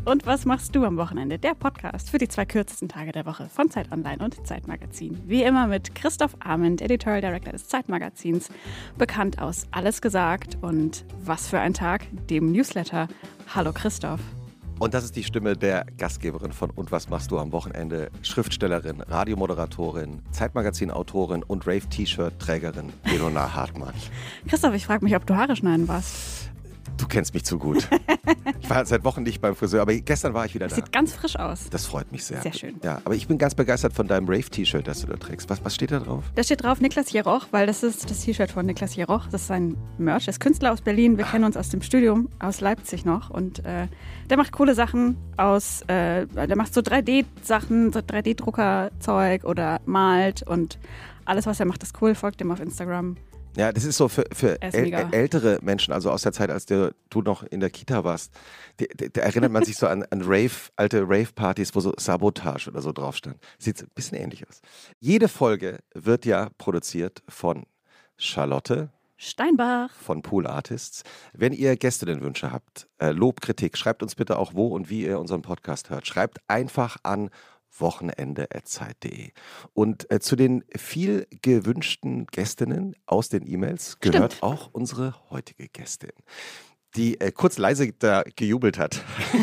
Und was machst du am Wochenende? Der Podcast für die 2 kürzesten Tage der Woche von Zeit Online und Zeitmagazin. Wie immer mit Christoph Arment, Editorial Director des Zeitmagazins, bekannt aus Alles gesagt und Was für ein Tag, dem Newsletter. Hallo Christoph. Und das ist die Stimme der Gastgeberin von Und was machst du am Wochenende? Schriftstellerin, Radiomoderatorin, Zeitmagazin-Autorin und Rave-T-Shirt-Trägerin Ilona Hartmann. Christoph, ich frage mich, ob du Haare schneiden warst. Du kennst mich zu gut. Ich war seit Wochen nicht beim Friseur, aber gestern war ich wieder da. Sieht ganz frisch aus. Das freut mich sehr. Sehr schön. Ja, aber ich bin ganz begeistert von deinem Rave-T-Shirt, das du da trägst. Was steht da drauf? Da steht drauf Niklas Jeroch, weil das ist das T-Shirt von Niklas Jeroch. Das ist sein Merch. Er ist Künstler aus Berlin. Wir kennen uns aus dem Studium, aus Leipzig noch. Und der macht coole Sachen der macht so 3D-Sachen, so 3D-Drucker-Zeug oder malt. Und alles, was er macht, ist cool. Folgt ihm auf Instagram. Ja, das ist so für ältere Menschen, also aus der Zeit, als du noch in der Kita warst, da erinnert man sich so an alte Rave-Partys, wo so Sabotage oder so drauf stand. Sieht ein bisschen ähnlich aus. Jede Folge wird ja produziert von Charlotte Steinbach von Pool Artists. Wenn ihr Gästinnenwünsche habt, Lob, Kritik, schreibt uns bitte auch, wo und wie ihr unseren Podcast hört. Schreibt einfach an wochenende@zeit.de. Und zu den viel gewünschten Gästinnen aus den E-Mails gehört auch unsere heutige Gästin, die kurz leise da gejubelt hat.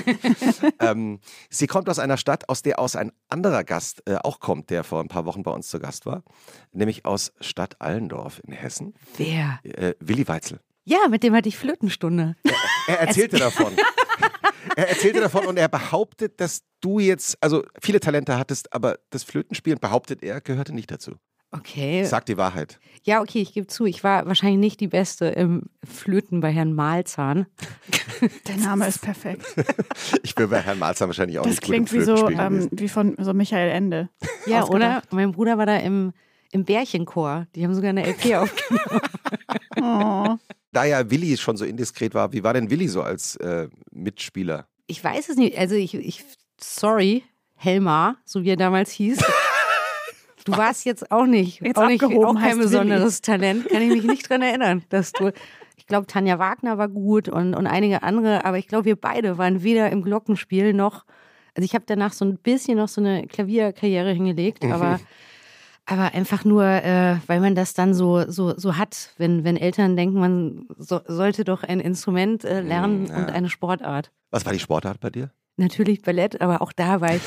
Sie kommt aus einer Stadt, aus der ein anderer Gast auch kommt, der vor ein paar Wochen bei uns zu Gast war, nämlich aus Stadt Allendorf in Hessen. Wer? Willi Weitzel. Ja, mit dem hatte ich Flötenstunde. Er erzählte davon. Er erzählte davon und er behauptet, dass du jetzt, also viele Talente hattest, aber das Flötenspielen, behauptet er, gehörte nicht dazu. Okay. Sag die Wahrheit. Ja, okay, ich gebe zu, ich war wahrscheinlich nicht die Beste im Flöten bei Herrn Malzahn. Der Name ist perfekt. Ich bin bei Herrn Malzahn wahrscheinlich auch das nicht gut im klingt wie von so Michael Ende. Ja, oder? Mein Bruder war da im Bärchenchor. Die haben sogar eine LP aufgenommen. Oh. Da ja Willi schon so indiskret war, wie war denn Willi so als Mitspieler? Ich weiß es nicht. Also sorry, Helmar, so wie er damals hieß. Du warst jetzt auch kein besonderes Talent. Kann ich mich nicht dran erinnern, dass du. Ich glaube, Tanja Wagner war gut und einige andere, aber ich glaube, wir beide waren weder im Glockenspiel noch. Also ich habe danach so ein bisschen noch so eine Klavierkarriere hingelegt, aber einfach nur, weil man das dann so hat, wenn Eltern denken, man sollte doch ein Instrument lernen und eine Sportart. Was war die Sportart bei dir? Natürlich Ballett, aber auch da war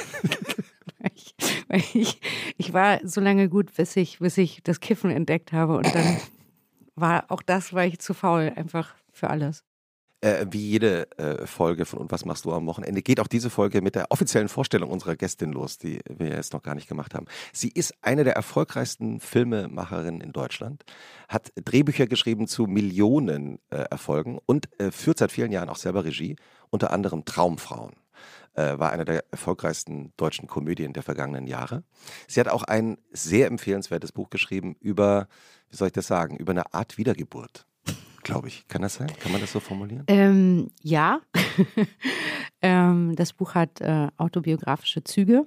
ich war so lange gut, bis ich das Kiffen entdeckt habe und dann war ich zu faul einfach für alles. Wie jede Folge von Und was machst du am Wochenende, geht auch diese Folge mit der offiziellen Vorstellung unserer Gästin los, die wir jetzt noch gar nicht gemacht haben. Sie ist eine der erfolgreichsten Filmemacherinnen in Deutschland, hat Drehbücher geschrieben zu Millionen Erfolgen und führt seit vielen Jahren auch selber Regie, unter anderem Traumfrauen. War eine der erfolgreichsten deutschen Komödien der vergangenen Jahre. Sie hat auch ein sehr empfehlenswertes Buch geschrieben über, wie soll ich das sagen, über eine Art Wiedergeburt. Glaube ich. Kann das sein? Kann man das so formulieren? Ja. Das Buch hat autobiografische Züge.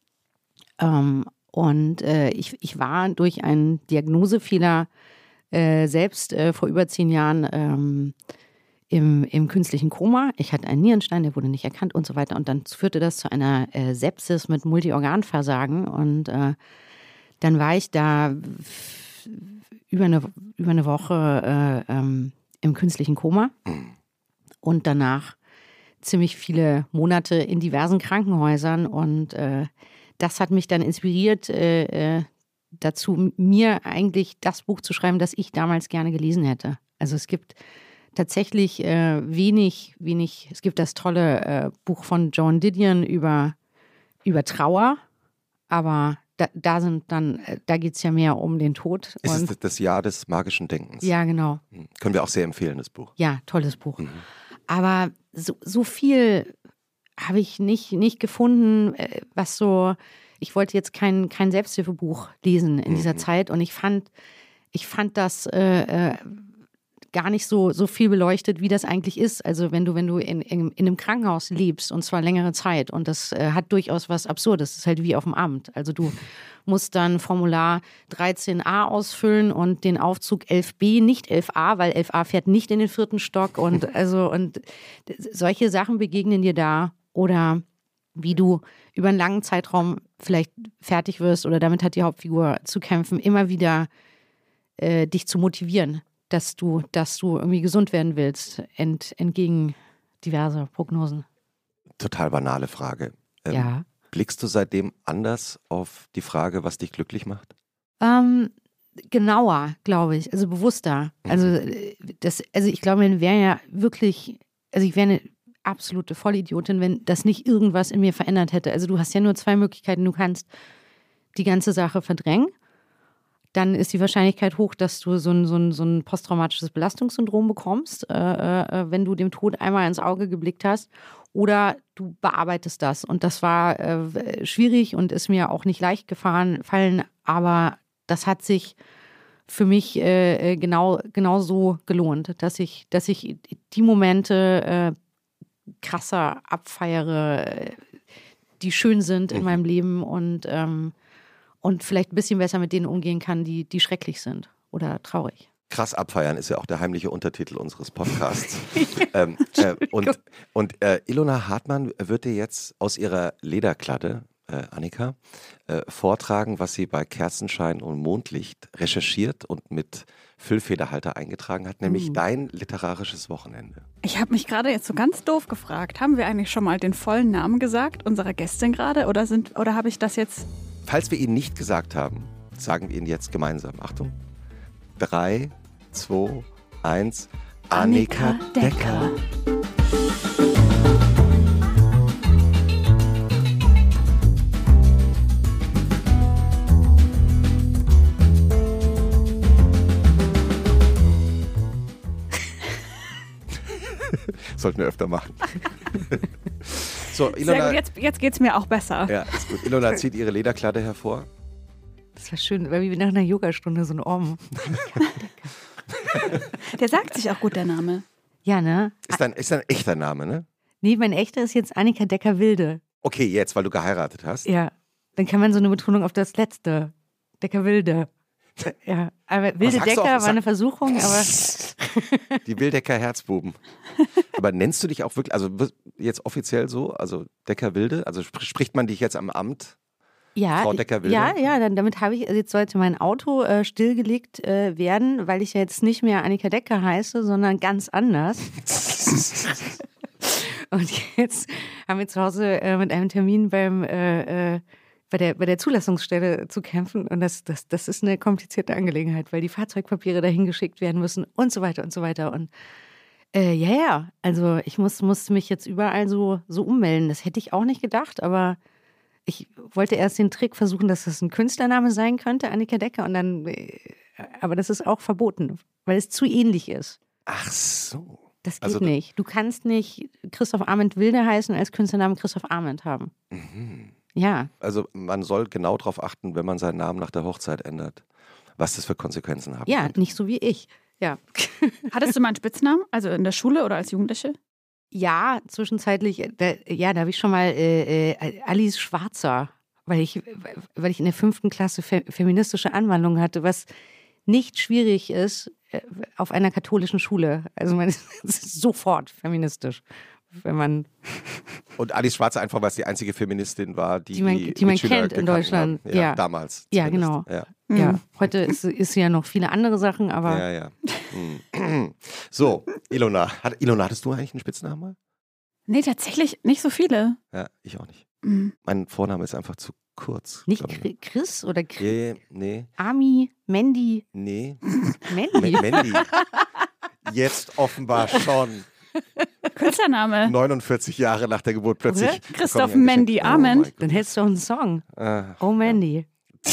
Und ich war durch einen Diagnosefehler selbst vor über 10 Jahren im künstlichen Koma. Ich hatte einen Nierenstein, der wurde nicht erkannt und so weiter. Und dann führte das zu einer Sepsis mit Multiorganversagen. Und dann war ich da über eine Woche im künstlichen Koma und danach ziemlich viele Monate in diversen Krankenhäusern und das hat mich dann inspiriert dazu, mir eigentlich das Buch zu schreiben, das ich damals gerne gelesen hätte. Also es gibt tatsächlich wenig, es gibt das tolle Buch von Joan Didion über Trauer, aber da geht es ja mehr um den Tod. Ist es das Jahr des magischen Denkens? Ja, genau. Können wir auch sehr empfehlen, das Buch. Ja, tolles Buch. Aber so viel habe ich nicht gefunden, was so, ich wollte jetzt kein Selbsthilfebuch lesen in dieser Zeit und ich fand das gar nicht so viel beleuchtet, wie das eigentlich ist. Also wenn du in einem Krankenhaus lebst und zwar längere Zeit und das hat durchaus was Absurdes. Das ist halt wie auf dem Amt. Also du musst dann Formular 13a ausfüllen und den Aufzug 11b, nicht 11a, weil 11a fährt nicht in den 4. Stock und solche Sachen begegnen dir da oder wie du über einen langen Zeitraum vielleicht fertig wirst oder damit hat die Hauptfigur zu kämpfen, immer wieder dich zu motivieren, dass du irgendwie gesund werden willst, entgegen diverser Prognosen. Total banale Frage. Ja. Blickst du seitdem anders auf die Frage, was dich glücklich macht? Genauer, glaube ich, also bewusster. Also ich glaube, ich wäre eine absolute Vollidiotin, wenn das nicht irgendwas in mir verändert hätte. Also du hast ja nur 2 Möglichkeiten. Du kannst die ganze Sache verdrängen. Dann ist die Wahrscheinlichkeit hoch, dass du so ein posttraumatisches Belastungssyndrom bekommst, wenn du dem Tod einmal ins Auge geblickt hast. Oder du bearbeitest das. Und das war schwierig und ist mir auch nicht leicht gefallen, aber das hat sich für mich genau so gelohnt, dass ich die Momente krasser abfeiere, die schön sind in meinem Leben und vielleicht ein bisschen besser mit denen umgehen kann, die schrecklich sind oder traurig. Krass abfeiern ist ja auch der heimliche Untertitel unseres Podcasts. Ilona Hartmann wird dir jetzt aus ihrer Lederkladde, Annika, vortragen, was sie bei Kerzenschein und Mondlicht recherchiert und mit Füllfederhalter eingetragen hat, nämlich dein literarisches Wochenende. Ich habe mich gerade jetzt so ganz doof gefragt, haben wir eigentlich schon mal den vollen Namen gesagt, unserer Gästin gerade, oder habe ich das jetzt... Falls wir ihn nicht gesagt haben, sagen wir ihn jetzt gemeinsam. Achtung. 3, 2, 1. Annika Decker. Sollten wir öfter machen. So, Ilona, sehr gut, jetzt geht es mir auch besser. Ja, ist gut. Ilona zieht ihre Lederkladde hervor. Das war schön, weil wie nach einer Yogastunde so ein Om. Der sagt sich auch gut, der Name. Ja, ne? Ist ein echter Name, ne? Nee, mein echter ist jetzt Annika Decker-Wilde. Okay, jetzt, weil du geheiratet hast. Ja, dann kann man so eine Betonung auf das Letzte. Decker-Wilde. Ja, aber Wilde Decker war eine Versuchung, aber... Die Wildecker Herzbuben. Aber nennst du dich auch wirklich, also jetzt offiziell so, also Decker-Wilde? Also spricht man dich jetzt am Amt? Ja, Frau Decker-Wilde? Ja, damit habe ich, also jetzt sollte mein Auto stillgelegt werden, weil ich ja jetzt nicht mehr Annika Decker heiße, sondern ganz anders. Und jetzt haben wir zu Hause mit einem Termin bei der Zulassungsstelle zu kämpfen. Und das ist eine komplizierte Angelegenheit, weil die Fahrzeugpapiere dahin geschickt werden müssen und so weiter und so weiter. Und also ich muss mich jetzt überall so ummelden. Das hätte ich auch nicht gedacht, aber ich wollte erst den Trick versuchen, dass das ein Künstlername sein könnte, Annika Decker. Und dann, aber das ist auch verboten, weil es zu ähnlich ist. Ach so. Das geht nicht. Du kannst nicht Christoph Arment Wilde heißen und als Künstlernamen Christoph Arment haben. Mhm. Ja. Also man soll genau darauf achten, wenn man seinen Namen nach der Hochzeit ändert, was das für Konsequenzen haben Ja, könnte. nicht so wie ich. Ja. Hattest du mal einen Spitznamen, also in der Schule oder als Jugendliche? Ja, zwischenzeitlich, da habe ich schon mal Alice Schwarzer, weil ich in der 5. Klasse feministische Anwandlung hatte, was nicht schwierig ist auf einer katholischen Schule. Also man ist sofort feministisch, wenn man... Und Alice Schwarzer einfach, weil es die einzige Feministin war, die man kennt in Deutschland. Haben. Ja, damals. Ja, genau. Ja. Ja, heute ist ja noch viele andere Sachen, aber... Ja. So, Ilona, hattest du eigentlich einen Spitznamen mal? Nee, tatsächlich nicht so viele. Ja, ich auch nicht. Mhm. Mein Vorname ist einfach zu kurz. Nicht Chris oder Chris? Nee. Ami, Mandy. Nee. Mandy. Mandy. Jetzt offenbar schon. Künstlername. 49 Jahre nach der Geburt plötzlich. Oder? Christoph Mandy Arment. Dann hättest du auch einen Song. Oh Mandy.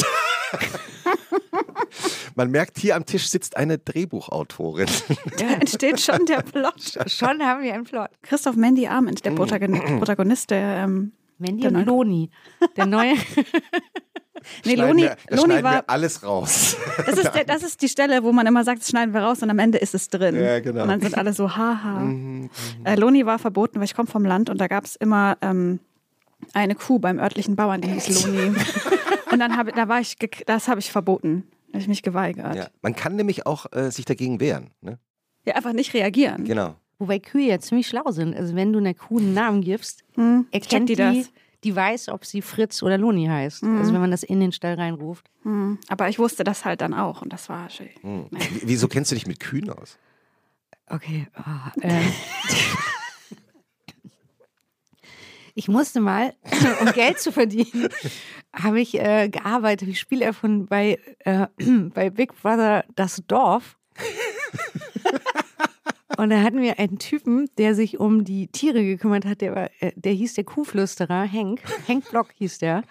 Man merkt, hier am Tisch sitzt eine Drehbuchautorin. Da entsteht schon der Plot. Schon haben wir einen Plot. Christoph Mandy Arment, der Protagonist der... Mandy und Loni. Der neue... Nee, Loni schneiden war... wir alles raus. Das ist die Stelle, wo man immer sagt, das schneiden wir raus und am Ende ist es drin. Ja, genau. Und dann sind alle so, haha. Loni war verboten, weil ich komme vom Land und da gab es immer eine Kuh beim örtlichen Bauern, die hieß Loni. Und dann das habe ich verboten. Da habe ich mich geweigert. Ja. Man kann nämlich auch sich dagegen wehren. Ne? Ja, einfach nicht reagieren. Genau. Wobei Kühe ja ziemlich schlau sind. Also wenn du einer Kuh einen Namen gibst, erkennt die das. Die weiß, ob sie Fritz oder Loni heißt. Also wenn man das in den Stall reinruft. Aber ich wusste das halt dann auch und das war schön. Wieso kennst du dich mit Kühen aus? Okay. Ich musste mal, um Geld zu verdienen, habe ich gearbeitet, wie Spielerfunden bei Big Brother Das Dorf. Und da hatten wir einen Typen, der sich um die Tiere gekümmert hat, der hieß der Kuhflüsterer, Henk Block hieß der.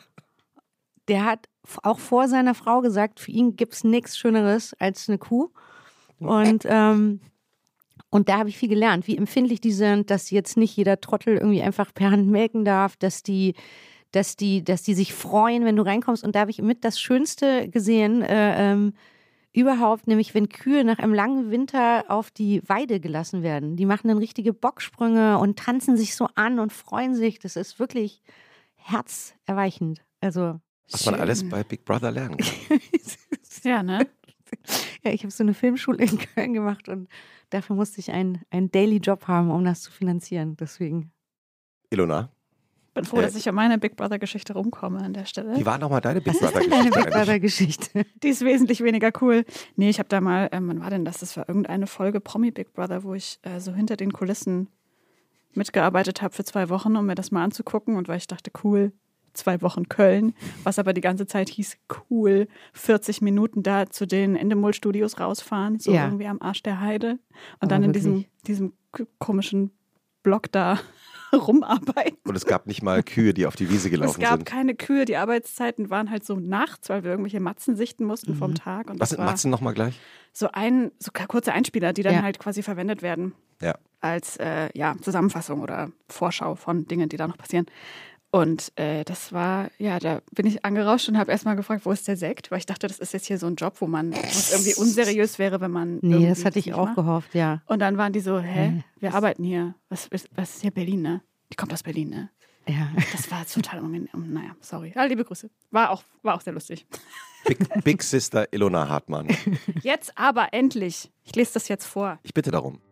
Der hat auch vor seiner Frau gesagt, für ihn gibt es nichts Schöneres als eine Kuh. Und da habe ich viel gelernt, wie empfindlich die sind, dass jetzt nicht jeder Trottel irgendwie einfach per Hand melken darf, dass die sich freuen, wenn du reinkommst. Und da habe ich mit das Schönste gesehen, überhaupt, nämlich wenn Kühe nach einem langen Winter auf die Weide gelassen werden. Die machen dann richtige Bocksprünge und tanzen sich so an und freuen sich. Das ist wirklich herzerweichend. Also was man alles bei Big Brother lernen kann. Ja, ne? Ja, ich habe so eine Filmschule in Köln gemacht und dafür musste ich einen Daily-Job haben, um das zu finanzieren. Deswegen. Ilona? Ich bin froh, dass ich um meine Big Brother-Geschichte rumkomme an der Stelle. Wie war nochmal deine Big Was ist denn deine Big Brother-Geschichte? Die ist wesentlich weniger cool. Nee, ich habe da mal, wann war denn das? Das war irgendeine Folge Promi Big Brother, wo ich so hinter den Kulissen mitgearbeitet habe für 2 Wochen, um mir das mal anzugucken. Und weil ich dachte, cool, 2 Wochen Köln, was aber die ganze Zeit hieß, cool, 40 Minuten da zu den Endemol-Studios rausfahren, so irgendwie am Arsch der Heide. Und aber dann in diesem komischen Block da rumarbeiten. Und es gab nicht mal Kühe, die auf die Wiese gelaufen sind. Es gab keine Kühe, die Arbeitszeiten waren halt so nachts, weil wir irgendwelche Matzen sichten mussten vom Tag. Und was sind Matzen nochmal gleich? So kurze Einspieler, die dann halt quasi verwendet werden als Zusammenfassung oder Vorschau von Dingen, die da noch passieren. Und das war, da bin ich angerauscht und habe erstmal gefragt, wo ist der Sekt? Weil ich dachte, das ist jetzt hier so ein Job, wo es irgendwie unseriös wäre, wenn man. Nee, das hatte ich auch gehofft, ja. Und dann waren die so, wir arbeiten hier. Was ist hier Berlin, ne? Die kommt aus Berlin, ne? Ja. Das war total naja, sorry. Ja, liebe Grüße. War auch sehr lustig. Big Sister Ilona Hartmann. Jetzt aber endlich. Ich lese das jetzt vor. Ich bitte darum.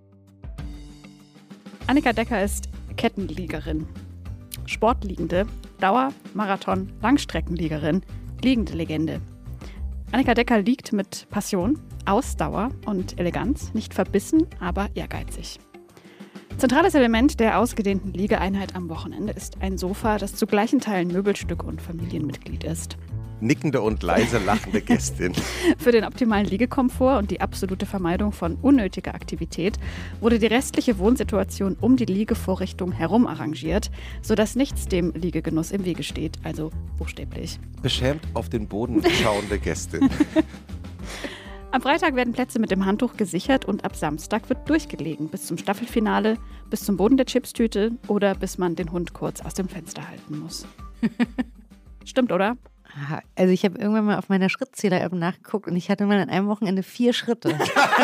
Annika Decker ist Kettenliegerin. Sportliegende, Dauer, Marathon, Langstreckenliegerin, liegende Legende. Annika Decker liegt mit Passion, Ausdauer und Eleganz, nicht verbissen, aber ehrgeizig. Zentrales Element der ausgedehnten Liegeeinheit am Wochenende ist ein Sofa, das zu gleichen Teilen Möbelstück und Familienmitglied ist. Nickende und leise lachende Gästin. Für den optimalen Liegekomfort und die absolute Vermeidung von unnötiger Aktivität wurde die restliche Wohnsituation um die Liegevorrichtung herum arrangiert, sodass nichts dem Liegegenuss im Wege steht, also buchstäblich. Beschämt auf den Boden schauende Gästin. Am Freitag werden Plätze mit dem Handtuch gesichert und ab Samstag wird durchgelegen, bis zum Staffelfinale, bis zum Boden der Chipstüte oder bis man den Hund kurz aus dem Fenster halten muss. Stimmt, oder? Also ich habe irgendwann mal auf meiner Schrittzähler-App nachgeguckt und ich hatte mal an einem Wochenende 4 Schritte.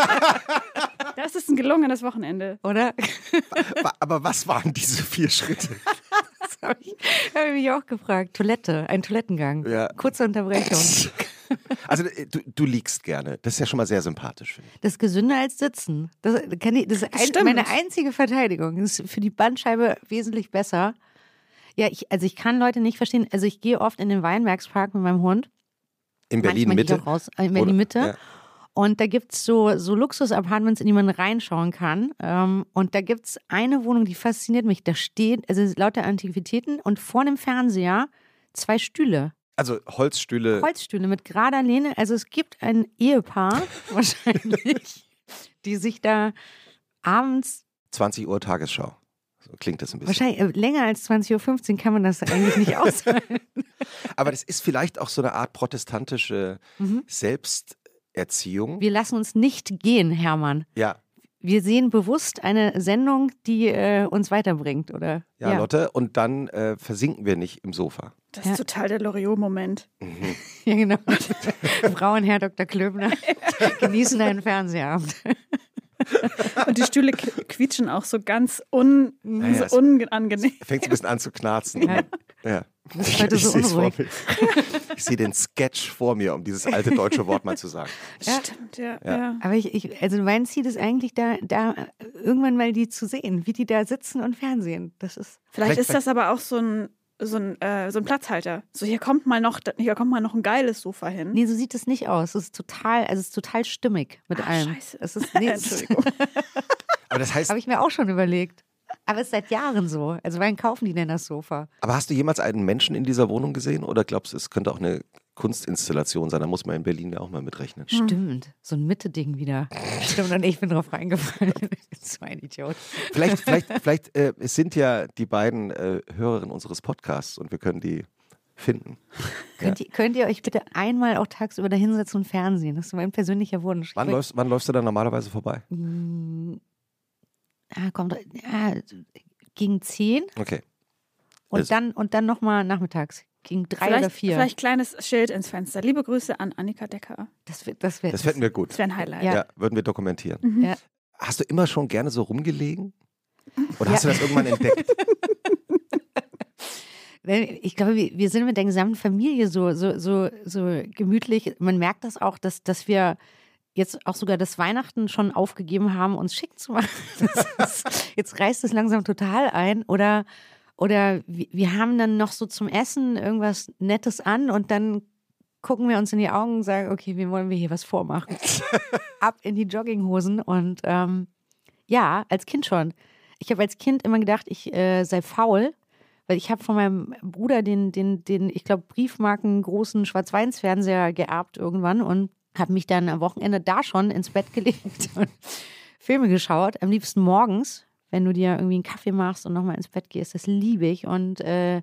Das ist ein gelungenes Wochenende. Oder? Aber was waren diese 4 Schritte? Das habe ich mich auch gefragt. Toilette, ein Toilettengang. Ja. Kurze Unterbrechung. Also du liegst gerne. Das ist ja schon mal sehr sympathisch, finde ich. Das ist gesünder als Sitzen. Das ist meine einzige Verteidigung. Das ist für die Bandscheibe wesentlich besser. Ja, ich kann Leute nicht verstehen. Also ich gehe oft in den Weinbergspark mit meinem Hund. In Berlin-Mitte? In Berlin-Mitte. Ja. Und da gibt es so Luxus-Apartments, in die man reinschauen kann. Und da gibt es eine Wohnung, die fasziniert mich. Da steht, also lauter Antiquitäten und vor dem Fernseher 2 Stühle. Also Holzstühle. Holzstühle mit gerader Lehne. Also es gibt ein Ehepaar wahrscheinlich, die sich da abends... 20 Uhr Tagesschau. So klingt das ein bisschen. Wahrscheinlich länger als 20.15 Uhr kann man das eigentlich nicht aushalten. Aber das ist vielleicht auch so eine Art protestantische Selbsterziehung. Wir lassen uns nicht gehen, Hermann. Ja. Wir sehen bewusst eine Sendung, die uns weiterbringt, oder? Ja, Lotte, und dann versinken wir nicht im Sofa. Das ist total der Loriot-Moment. Mhm. Ja, genau. Frau und Herr Dr. Klöbner genießen einen Fernsehabend. Und die Stühle quietschen auch so ganz unangenehm. Fängt so ein bisschen an zu knarzen. Ja. Ja. Du bist heute so seh's vor unruhig. mir. Ich sehe den Sketch vor mir, um dieses alte deutsche Wort mal zu sagen. Ja. Stimmt, ja. Aber also mein Ziel ist eigentlich da irgendwann mal die zu sehen, wie die da sitzen und fernsehen. Das ist Vielleicht ist das aber auch so ein Platzhalter. So, hier kommt mal noch ein geiles Sofa hin. Nee, so sieht es nicht aus. Es ist total stimmig mit allem. Scheiße. Es ist Entschuldigung. Aber das heißt, habe ich mir auch schon überlegt. Aber es ist seit Jahren so. Also wann kaufen die denn das Sofa? aber hast du jemals einen Menschen in dieser Wohnung gesehen oder glaubst du, es könnte auch eine Kunstinstallation sein? Da muss man in Berlin ja auch mal mitrechnen. Stimmt, so ein Mitte-Ding wieder. Stimmt, und ich bin drauf reingefallen. So ein Idiot. Vielleicht es sind ja die beiden Hörerinnen unseres Podcasts und wir können die finden. Könnt ihr euch bitte einmal auch tagsüber da hinsetzen und fernsehen? Das ist mein persönlicher Wunsch. Wann läufst du da normalerweise vorbei? Gegen 10 Okay. und dann nochmal nachmittags. Gegen 3 oder 4. Vielleicht kleines Schild ins Fenster. Liebe Grüße an Annika Decker. Das wär, Das fänden wir gut. Das wäre ein Highlight. Ja. Ja, würden wir dokumentieren. Ja. Hast du immer schon gerne so rumgelegen? Oder hast du das irgendwann entdeckt? Ich glaube, wir sind mit der gesamten Familie so gemütlich. Man merkt das auch, dass wir jetzt auch sogar das Weihnachten schon aufgegeben haben, uns schick zu machen. Jetzt reißt es langsam total ein. Oder wir haben dann noch so zum Essen irgendwas Nettes an und dann gucken wir uns in die Augen und sagen, okay, wie wollen wir hier was vormachen? Ab in die Jogginghosen. Und ja, als Kind schon. Ich habe als Kind immer gedacht, ich sei faul. Weil ich habe von meinem Bruder den ich glaube, Briefmarken großen Schwarz-Weiß-Fernseher geerbt irgendwann und habe mich dann am Wochenende da schon ins Bett gelegt und Filme geschaut. Am liebsten morgens, wenn du dir irgendwie einen Kaffee machst und nochmal ins Bett gehst. Das liebe ich. Und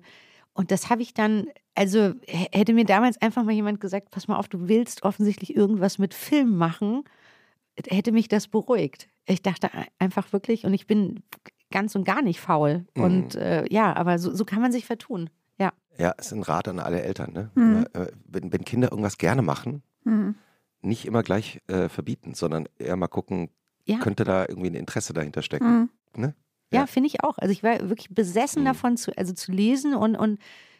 das habe ich dann, also hätte mir damals einfach mal jemand gesagt, pass mal auf, du willst offensichtlich irgendwas mit Film machen, hätte mich das beruhigt. Ich dachte einfach wirklich, und ich bin ganz und gar nicht faul. Und ja, aber so kann man sich vertun. Ja. Ja, es ist ein Rat an alle Eltern. Ne? Wenn Kinder irgendwas gerne machen, nicht immer gleich verbieten, sondern eher mal gucken, könnte da irgendwie ein Interesse dahinter stecken. Ne? Ja, finde ich auch. Also ich war wirklich besessen davon, zu lesen und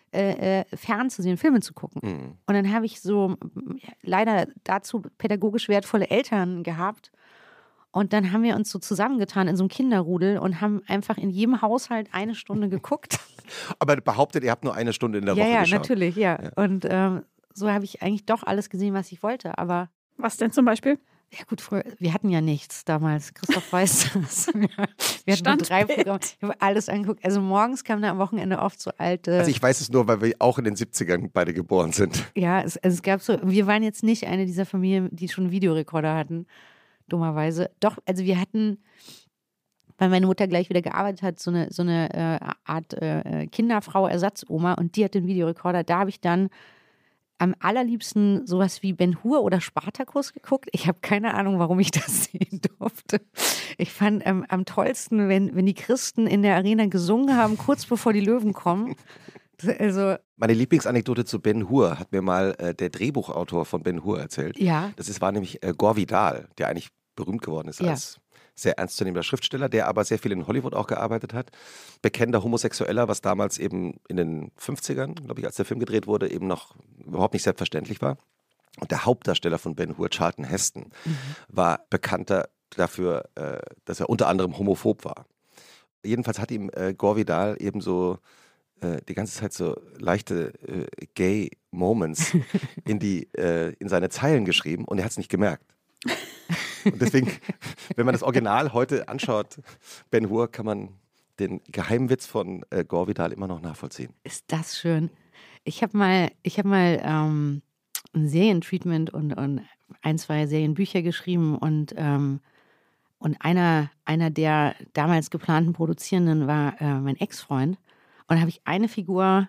fernzusehen, Filme zu gucken. Und dann habe ich so leider dazu pädagogisch wertvolle Eltern gehabt. Und dann haben wir uns so zusammengetan in so einem Kinderrudel und haben einfach in jedem Haushalt 1 Stunde geguckt. Aber behauptet, ihr habt nur 1 Stunde in der Woche geschaut. Ja, natürlich, ja. Und so habe ich eigentlich doch alles gesehen, was ich wollte. Aber Was denn zum Beispiel? ja gut, früher, wir hatten ja nichts damals. Christoph weiß das. Wir hatten nur 3 Programme. Ich habe alles angeguckt. Also morgens kam da am Wochenende oft so alte. Also ich weiß es nur, weil wir auch in den 70ern beide geboren sind. Ja, es gab so, wir waren jetzt nicht eine dieser Familien, die schon einen Videorekorder hatten, dummerweise. Doch, also wir hatten, weil meine Mutter gleich wieder gearbeitet hat, so eine Art Kinderfrau, Ersatzoma, und die hat den Videorekorder. Da habe ich dann am allerliebsten sowas wie Ben-Hur oder Spartacus geguckt. Ich habe keine Ahnung, warum ich das sehen durfte. Ich fand am tollsten, wenn die Christen in der Arena gesungen haben, kurz bevor die Löwen kommen. Also, Meine Lieblingsanekdote zu Ben-Hur hat mir mal der Drehbuchautor von Ben-Hur erzählt. ja, War nämlich Gore Vidal, der eigentlich berühmt geworden ist als sehr ernstzunehmender Schriftsteller, der aber sehr viel in Hollywood auch gearbeitet hat. Bekennender Homosexueller, was damals eben in den 50ern, glaube ich, als der Film gedreht wurde, eben noch überhaupt nicht selbstverständlich war. Und der Hauptdarsteller von Ben-Hur, Charlton Heston, war bekannter dafür, dass er unter anderem homophob war. Jedenfalls hat ihm Gore Vidal eben so die ganze Zeit so leichte gay Moments in seine Zeilen geschrieben und er hat es nicht gemerkt. Und deswegen, wenn man das Original heute anschaut, Ben-Hur, kann man den Geheimwitz von Gore Vidal immer noch nachvollziehen. ist das schön. Ich habe mal ein Serientreatment und 1, 2 Serienbücher geschrieben und einer der damals geplanten Produzierenden war mein Ex-Freund. Und da habe ich eine Figur,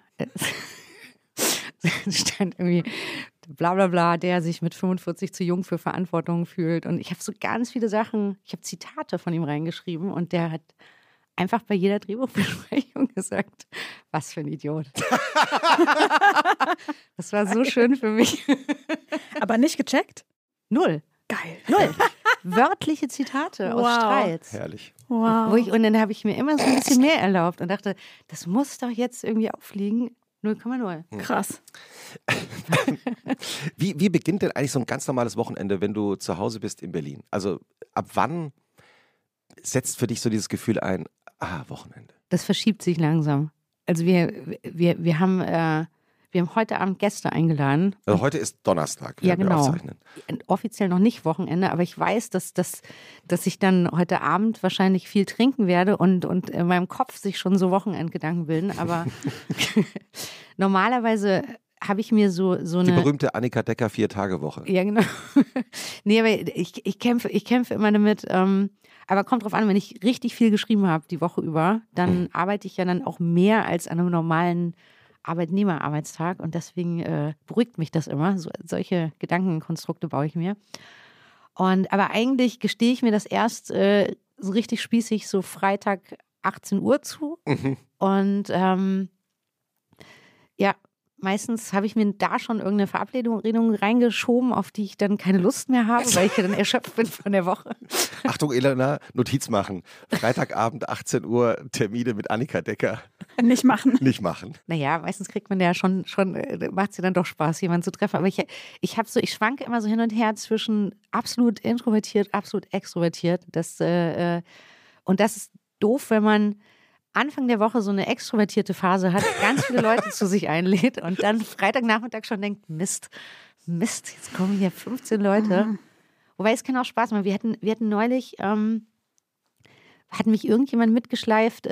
stand irgendwie bla bla bla, der sich mit 45 zu jung für Verantwortung fühlt. Und ich habe so ganz viele Sachen, ich habe Zitate von ihm reingeschrieben und der hat einfach bei jeder Drehbuchbesprechung gesagt, was für ein Idiot. Das war so schön für mich. Aber nicht gecheckt? 0. Geil. 0. Wörtliche Zitate aus Wow. Streits. Herrlich. Wow. Und dann habe ich mir immer so ein bisschen mehr erlaubt und dachte, das muss doch jetzt irgendwie auffliegen. 0,0. Krass. Wie beginnt denn eigentlich so ein ganz normales Wochenende, wenn du zu Hause bist in Berlin? Also ab wann setzt für dich so dieses Gefühl ein, Wochenende? Das verschiebt sich langsam. Also wir haben heute Abend Gäste eingeladen. Also heute ist Donnerstag, ja, genau. Wir aufzeichnen. Offiziell noch nicht Wochenende, aber ich weiß, dass ich dann heute Abend wahrscheinlich viel trinken werde und in meinem Kopf sich schon so Wochenendgedanken bilden. Aber normalerweise habe ich mir so eine... Die berühmte Annika Decker 4-Tage-Woche. Ja, genau. Nee, aber ich kämpfe immer damit. Aber kommt drauf an, wenn ich richtig viel geschrieben habe die Woche über, dann arbeite ich ja dann auch mehr als an einem normalen Arbeitnehmerarbeitstag und deswegen beruhigt mich das immer. Solche Gedankenkonstrukte baue ich mir. Aber eigentlich gestehe ich mir das erst so richtig spießig so Freitag 18 Uhr zu. Und ja, meistens habe ich mir da schon irgendeine Verabredung reingeschoben, auf die ich dann keine Lust mehr habe, weil ich ja dann erschöpft bin von der Woche. Achtung, Elena, Notiz machen. Freitagabend 18 Uhr Termine mit Annika Decker. Nicht machen. Nicht machen. Naja, meistens kriegt man ja schon macht es ja dann doch Spaß, jemanden zu treffen. Aber ich schwanke immer so hin und her zwischen absolut introvertiert, absolut extrovertiert. Und das ist doof, wenn man Anfang der Woche so eine extrovertierte Phase hat, ganz viele Leute zu sich einlädt und dann Freitagnachmittag schon denkt, Mist, jetzt kommen hier 15 Leute. Wobei es kann auch Spaß machen. Wir hatten neulich, hat mich irgendjemand mitgeschleift,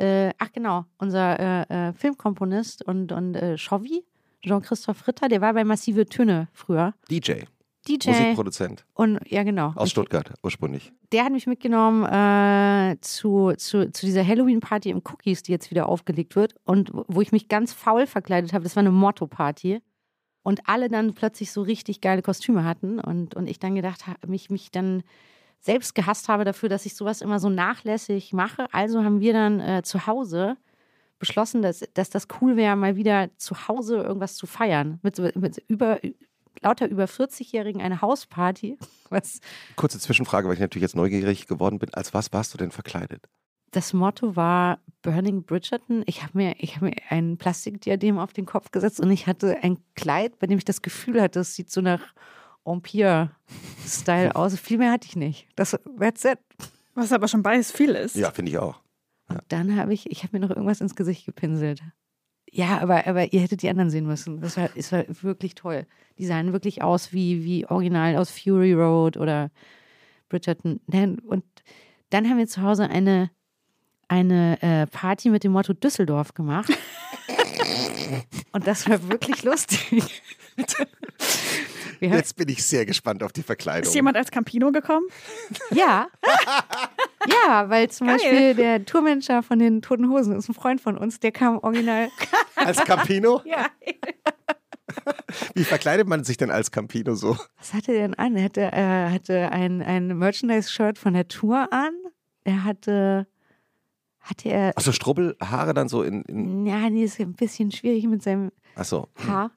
unser Filmkomponist und Chauvi, Jean-Christoph Ritter, der war bei Massive Töne früher. DJ. Musikproduzent. Und ja, genau. Aus Stuttgart ursprünglich. Der hat mich mitgenommen zu dieser Halloween-Party im Cookies, die jetzt wieder aufgelegt wird und wo ich mich ganz faul verkleidet habe. Das war eine Motto-Party. Und alle dann plötzlich so richtig geile Kostüme hatten und ich dann gedacht habe, mich dann selbst gehasst habe dafür, dass ich sowas immer so nachlässig mache. Also haben wir dann zu Hause beschlossen, dass das cool wäre, mal wieder zu Hause irgendwas zu feiern. Mit lauter über 40-Jährigen eine Hausparty. Kurze Zwischenfrage, weil ich natürlich jetzt neugierig geworden bin. Als was warst du denn verkleidet? Das Motto war Burning Bridgerton. Ich habe mir ein Plastikdiadem auf den Kopf gesetzt und ich hatte ein Kleid, bei dem ich das Gefühl hatte, es sieht so nach Empire-Style aus. Viel mehr hatte ich nicht. That's it. Was aber schon beides viel ist. Ja, finde ich auch. Ja. Und dann habe ich mir noch irgendwas ins Gesicht gepinselt. Ja, aber ihr hättet die anderen sehen müssen. Es war wirklich toll. Die sahen wirklich aus wie original aus Fury Road oder Bridgerton. Und dann haben wir zu Hause eine Party mit dem Motto Düsseldorf gemacht. Und das war wirklich lustig. Jetzt bin ich sehr gespannt auf die Verkleidung. Ist jemand als Campino gekommen? Ja. Ja, weil zum Beispiel der Tourmanager von den Toten Hosen ist ein Freund von uns, der kam original. Als Campino? Ja. Wie verkleidet man sich denn als Campino so? Was hatte er denn an? Er hatte ein Merchandise-Shirt von der Tour an. Hatte er. Achso, Strubbelhaare dann so in. Ja, nee, ist ein bisschen schwierig mit seinem Haar.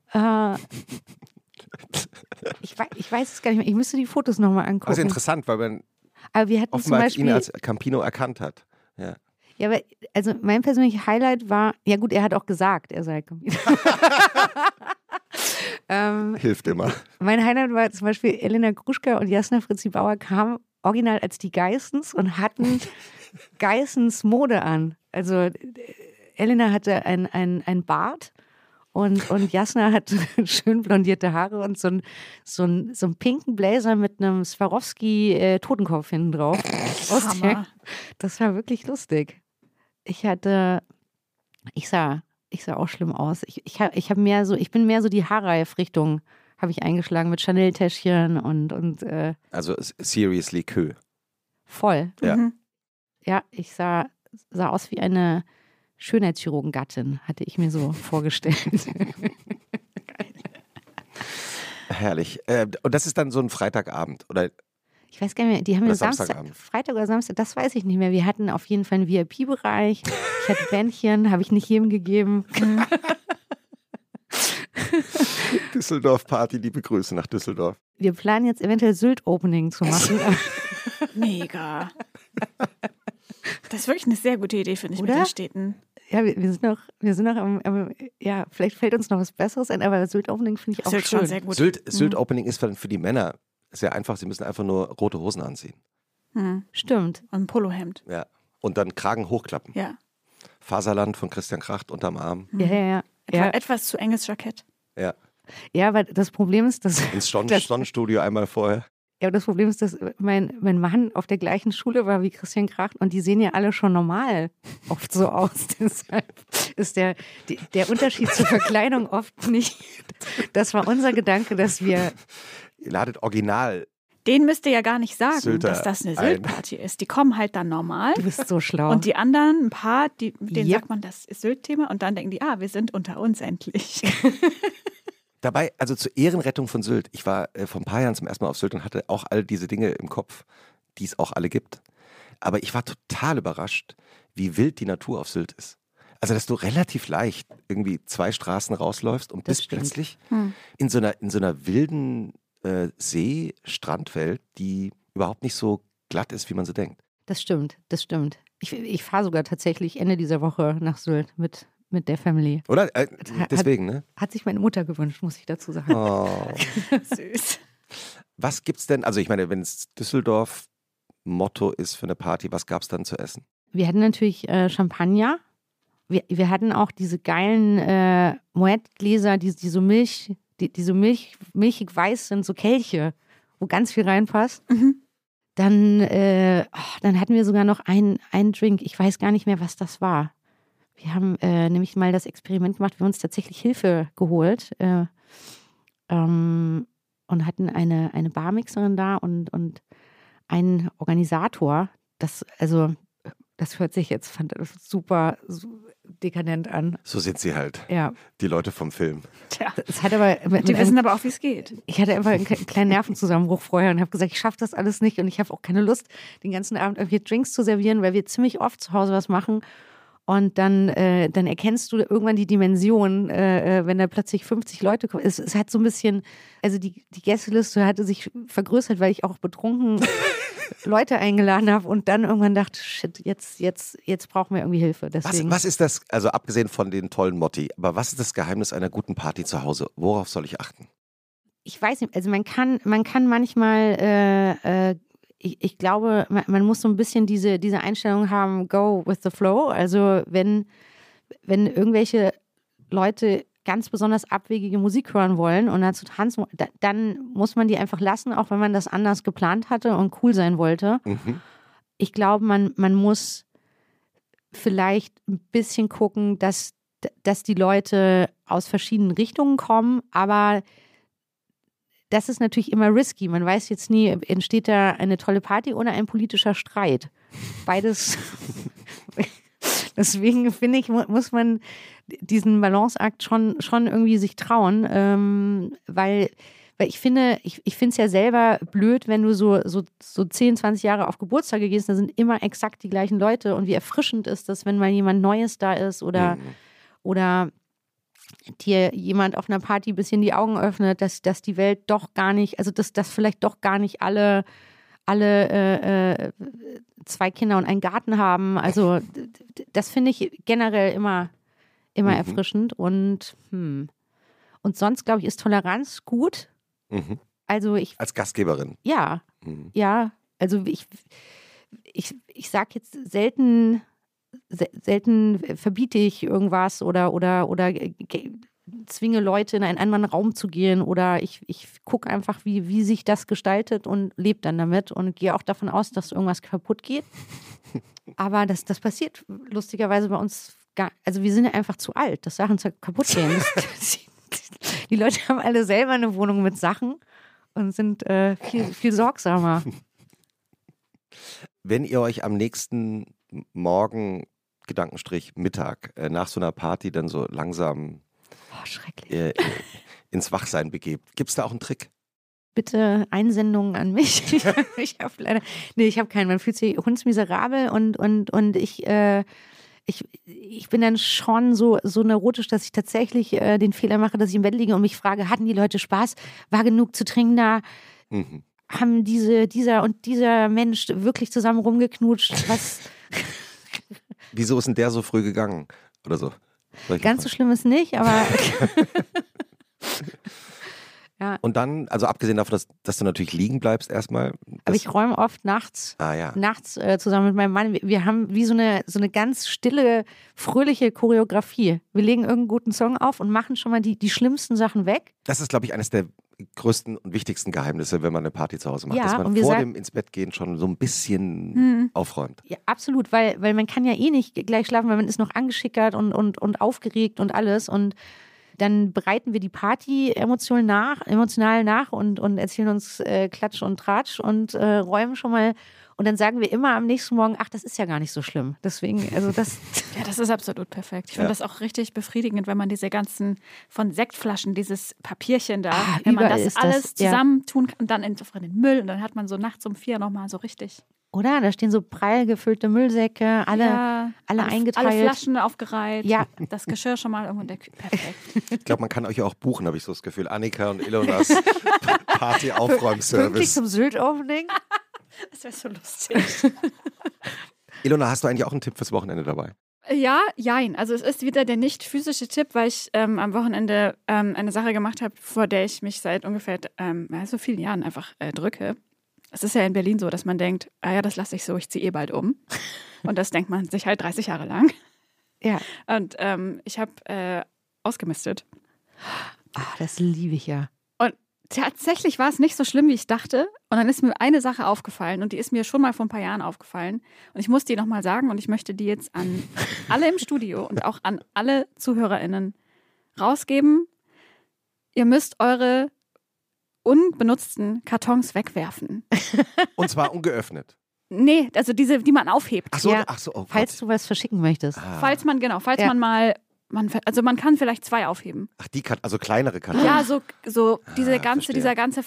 Ich weiß es gar nicht mehr. Ich müsste die Fotos nochmal angucken. Also interessant, weil man offenbar ihn als Campino erkannt hat. Ja. Ja, aber also mein persönliches Highlight war, ja gut, er hat auch gesagt, er sei Campino. Hilft immer. Mein Highlight war zum Beispiel Elena Gruschka und Jasna Fritzi Bauer kamen original als die Geissens und hatten Geissens Mode an. Also Elena hatte ein Bart und Jasna hatte schön blondierte Haare und so einen pinken Blazer mit einem Swarovski Totenkopf hinten drauf. Das war wirklich lustig. Ich sah auch schlimm aus. Ich bin mehr so die Haarreif-Richtung habe ich eingeschlagen mit Chanel-Täschchen und also seriously Kö. Voll. Ja. Ja, ich sah aus wie eine Schönheitschirurgengattin, hatte ich mir so vorgestellt. Geil. Herrlich. Und das ist dann so ein Freitagabend, oder? Ich weiß gar nicht mehr, die haben wir Freitag oder Samstag, das weiß ich nicht mehr. Wir hatten auf jeden Fall einen VIP-Bereich. Ich hatte Bändchen, habe ich nicht jedem gegeben. Düsseldorf-Party, liebe Grüße nach Düsseldorf. Wir planen jetzt eventuell Sylt-Opening zu machen. Mega. Das ist wirklich eine sehr gute Idee, finde ich, oder? mit den Städten. Ja, wir sind noch ja, vielleicht fällt uns noch was Besseres ein, aber das Sylt-Opening finde ich auch Sylt schön. schon sehr gut. Sylt-Opening ist für die Männer sehr einfach. Sie müssen einfach nur rote Hosen anziehen. Stimmt. Und ein Polohemd. Ja. Und dann Kragen hochklappen. Ja. Faserland von Christian Kracht unterm Arm. Ja. Etwas zu enges Jackett. Ja. Ja, aber das Problem ist, dass Ins Sonnenstudio einmal vorher. Ja, das Problem ist, dass mein Mann auf der gleichen Schule war wie Christian Kracht und die sehen ja alle schon normal oft so aus. Deshalb ist der Unterschied zur Verkleidung oft nicht. Das war unser Gedanke, dass wir. Ihr ladet original. Denen müsst ihr ja gar nicht sagen, Sylter dass das eine Sylt-Party ist. Die kommen halt dann normal. Du bist so schlau. Und die anderen, ein paar, denen sagt man, das ist Sylt-Thema. Und dann denken die, wir sind unter uns endlich. Dabei, also zur Ehrenrettung von Sylt. Ich war vor ein paar Jahren zum ersten Mal auf Sylt und hatte auch all diese Dinge im Kopf, die es auch alle gibt. Aber ich war total überrascht, wie wild die Natur auf Sylt ist. Also, dass du relativ leicht irgendwie 2 Straßen rausläufst und bist plötzlich in so einer wilden See-Strandwelt, die überhaupt nicht so glatt ist, wie man so denkt. Das stimmt. Ich fahre sogar tatsächlich Ende dieser Woche nach Sylt mit der Family. Oder? Deswegen, ne? Hat sich meine Mutter gewünscht, muss ich dazu sagen. Oh. Süß. Was gibt's denn, also ich meine, wenn es Düsseldorf Motto ist für eine Party, was gab's dann zu essen? Wir hatten natürlich Champagner. Wir hatten auch diese geilen Moet-Gläser, die so milchig weiß sind, so Kelche, wo ganz viel reinpasst. Dann hatten wir sogar noch einen Drink. Ich weiß gar nicht mehr, was das war. Wir haben nämlich mal das Experiment gemacht, wir haben uns tatsächlich Hilfe geholt und hatten eine Barmixerin da und einen Organisator. Das hört sich jetzt super dekadent an. So sind sie halt. Ja. Die Leute vom Film. Tja. Die wissen aber auch, wie es geht. Ich hatte einfach einen kleinen Nervenzusammenbruch vorher und habe gesagt, ich schaffe das alles nicht und ich habe auch keine Lust, den ganzen Abend irgendwie Drinks zu servieren, weil wir ziemlich oft zu Hause was machen. Und dann erkennst du irgendwann die Dimension, wenn da plötzlich 50 Leute kommen. Es hat so ein bisschen, also die Gästeliste hatte sich vergrößert, weil ich auch betrunken Leute eingeladen habe und dann irgendwann dachte, shit, jetzt brauchen wir irgendwie Hilfe. Deswegen. Was ist das, also abgesehen von den tollen Motti, aber was ist das Geheimnis einer guten Party zu Hause? Worauf soll ich achten? Ich weiß nicht, also man kann manchmal ich glaube, man muss so ein bisschen diese Einstellung haben, go with the flow. Also wenn irgendwelche Leute ganz besonders abwegige Musik hören wollen und dazu tanzen, dann muss man die einfach lassen, auch wenn man das anders geplant hatte und cool sein wollte. Ich glaube, man muss vielleicht ein bisschen gucken, dass die Leute aus verschiedenen Richtungen kommen, aber das ist natürlich immer risky. Man weiß jetzt nie, entsteht da eine tolle Party oder ein politischer Streit. Beides. Deswegen finde ich, muss man diesen Balanceakt schon irgendwie sich trauen, weil ich finde es ja selber blöd, wenn du so 10, 20 Jahre auf Geburtstage gehst, da sind immer exakt die gleichen Leute und wie erfrischend ist das, wenn mal jemand Neues da ist oder dir jemand auf einer Party ein bisschen die Augen öffnet, dass die Welt doch gar nicht, also dass vielleicht doch gar nicht alle 2 Kinder und einen Garten haben. Also das finde ich generell immer erfrischend und sonst, glaube ich, ist Toleranz gut. Also als Gastgeberin. Ja, also ich sage jetzt selten verbiete ich irgendwas oder zwinge Leute in einen anderen Raum zu gehen oder ich gucke einfach, wie sich das gestaltet und lebe dann damit und gehe auch davon aus, dass irgendwas kaputt geht. Aber das passiert lustigerweise bei uns gar, also wir sind ja einfach zu alt, dass Sachen kaputt gehen. Die Leute haben alle selber eine Wohnung mit Sachen und sind viel sorgsamer. Wenn ihr euch am nächsten Morgen, Gedankenstrich, Mittag, nach so einer Party dann so langsam ins Wachsein begebt, gibt es da auch einen Trick? Bitte Einsendungen an mich. Ich habe keinen. Man fühlt sich hundsmiserabel und ich bin dann schon so neurotisch, dass ich tatsächlich den Fehler mache, dass ich im Bett liege und mich frage, hatten die Leute Spaß? War genug zu trinken da? Haben dieser und dieser Mensch wirklich zusammen rumgeknutscht? Was? Wieso ist denn der so früh gegangen? oder so. Ganz so schlimm ist nicht, aber ja. Und dann, also abgesehen davon, dass du natürlich liegen bleibst erstmal. Aber ich räume oft nachts zusammen mit meinem Mann. Wir haben wie so eine ganz stille, fröhliche Choreografie. Wir legen irgendeinen guten Song auf und machen schon mal die schlimmsten Sachen weg. Das ist, glaube ich, eines der größten und wichtigsten Geheimnisse, wenn man eine Party zu Hause macht, Ja, dass und man vor dem ins Bett gehen schon so ein bisschen aufräumt. Ja, absolut, weil man kann ja eh nicht gleich schlafen, weil man ist noch angeschickert und aufgeregt und alles und dann bereiten wir die Party emotional nach und erzählen uns Klatsch und Tratsch und räumen schon mal. Und dann sagen wir immer am nächsten Morgen, ach, das ist ja gar nicht so schlimm. Deswegen, also das... Ja, das ist absolut perfekt. Ich finde das auch richtig befriedigend, wenn man diese ganzen von Sektflaschen, dieses Papierchen da, wenn man das alles zusammentun kann und dann in den Müll und dann hat man so nachts um 4 nochmal so richtig... Oder? Da stehen so prall gefüllte Müllsäcke, alle eingeteilt. Alle Flaschen aufgereiht. Ja. Das Geschirr schon mal irgendwo in der Küche. Perfekt. Ich glaube, man kann euch auch buchen, habe ich so das Gefühl. Annika und Ilonas Party-Aufräumservice. Pünktlich zum Sylt-Opening. Das wäre so lustig. Ilona, hast du eigentlich auch einen Tipp fürs Wochenende dabei? Ja, jein. Also es ist wieder der nicht physische Tipp, weil ich am Wochenende eine Sache gemacht habe, vor der ich mich seit ungefähr so vielen Jahren einfach drücke. Es ist ja in Berlin so, dass man denkt, das lasse ich so, ich ziehe bald um. Und das denkt man sich halt 30 Jahre lang. Ja. Und ich habe ausgemistet. Ach, das liebe ich ja. Und tatsächlich war es nicht so schlimm, wie ich dachte. Und dann ist mir eine Sache aufgefallen und die ist mir schon mal vor ein paar Jahren aufgefallen. Und ich muss die nochmal sagen und ich möchte die jetzt an alle im Studio und auch an alle ZuhörerInnen rausgeben. Ihr müsst eure unbenutzten Kartons wegwerfen. Und zwar ungeöffnet. Nee, also diese, die man aufhebt. Ach so, Ja, oh falls du was verschicken möchtest. Falls man mal, man kann vielleicht 2 aufheben. Ach, also kleinere Kartons. Ja, so dieser verstehe. ganze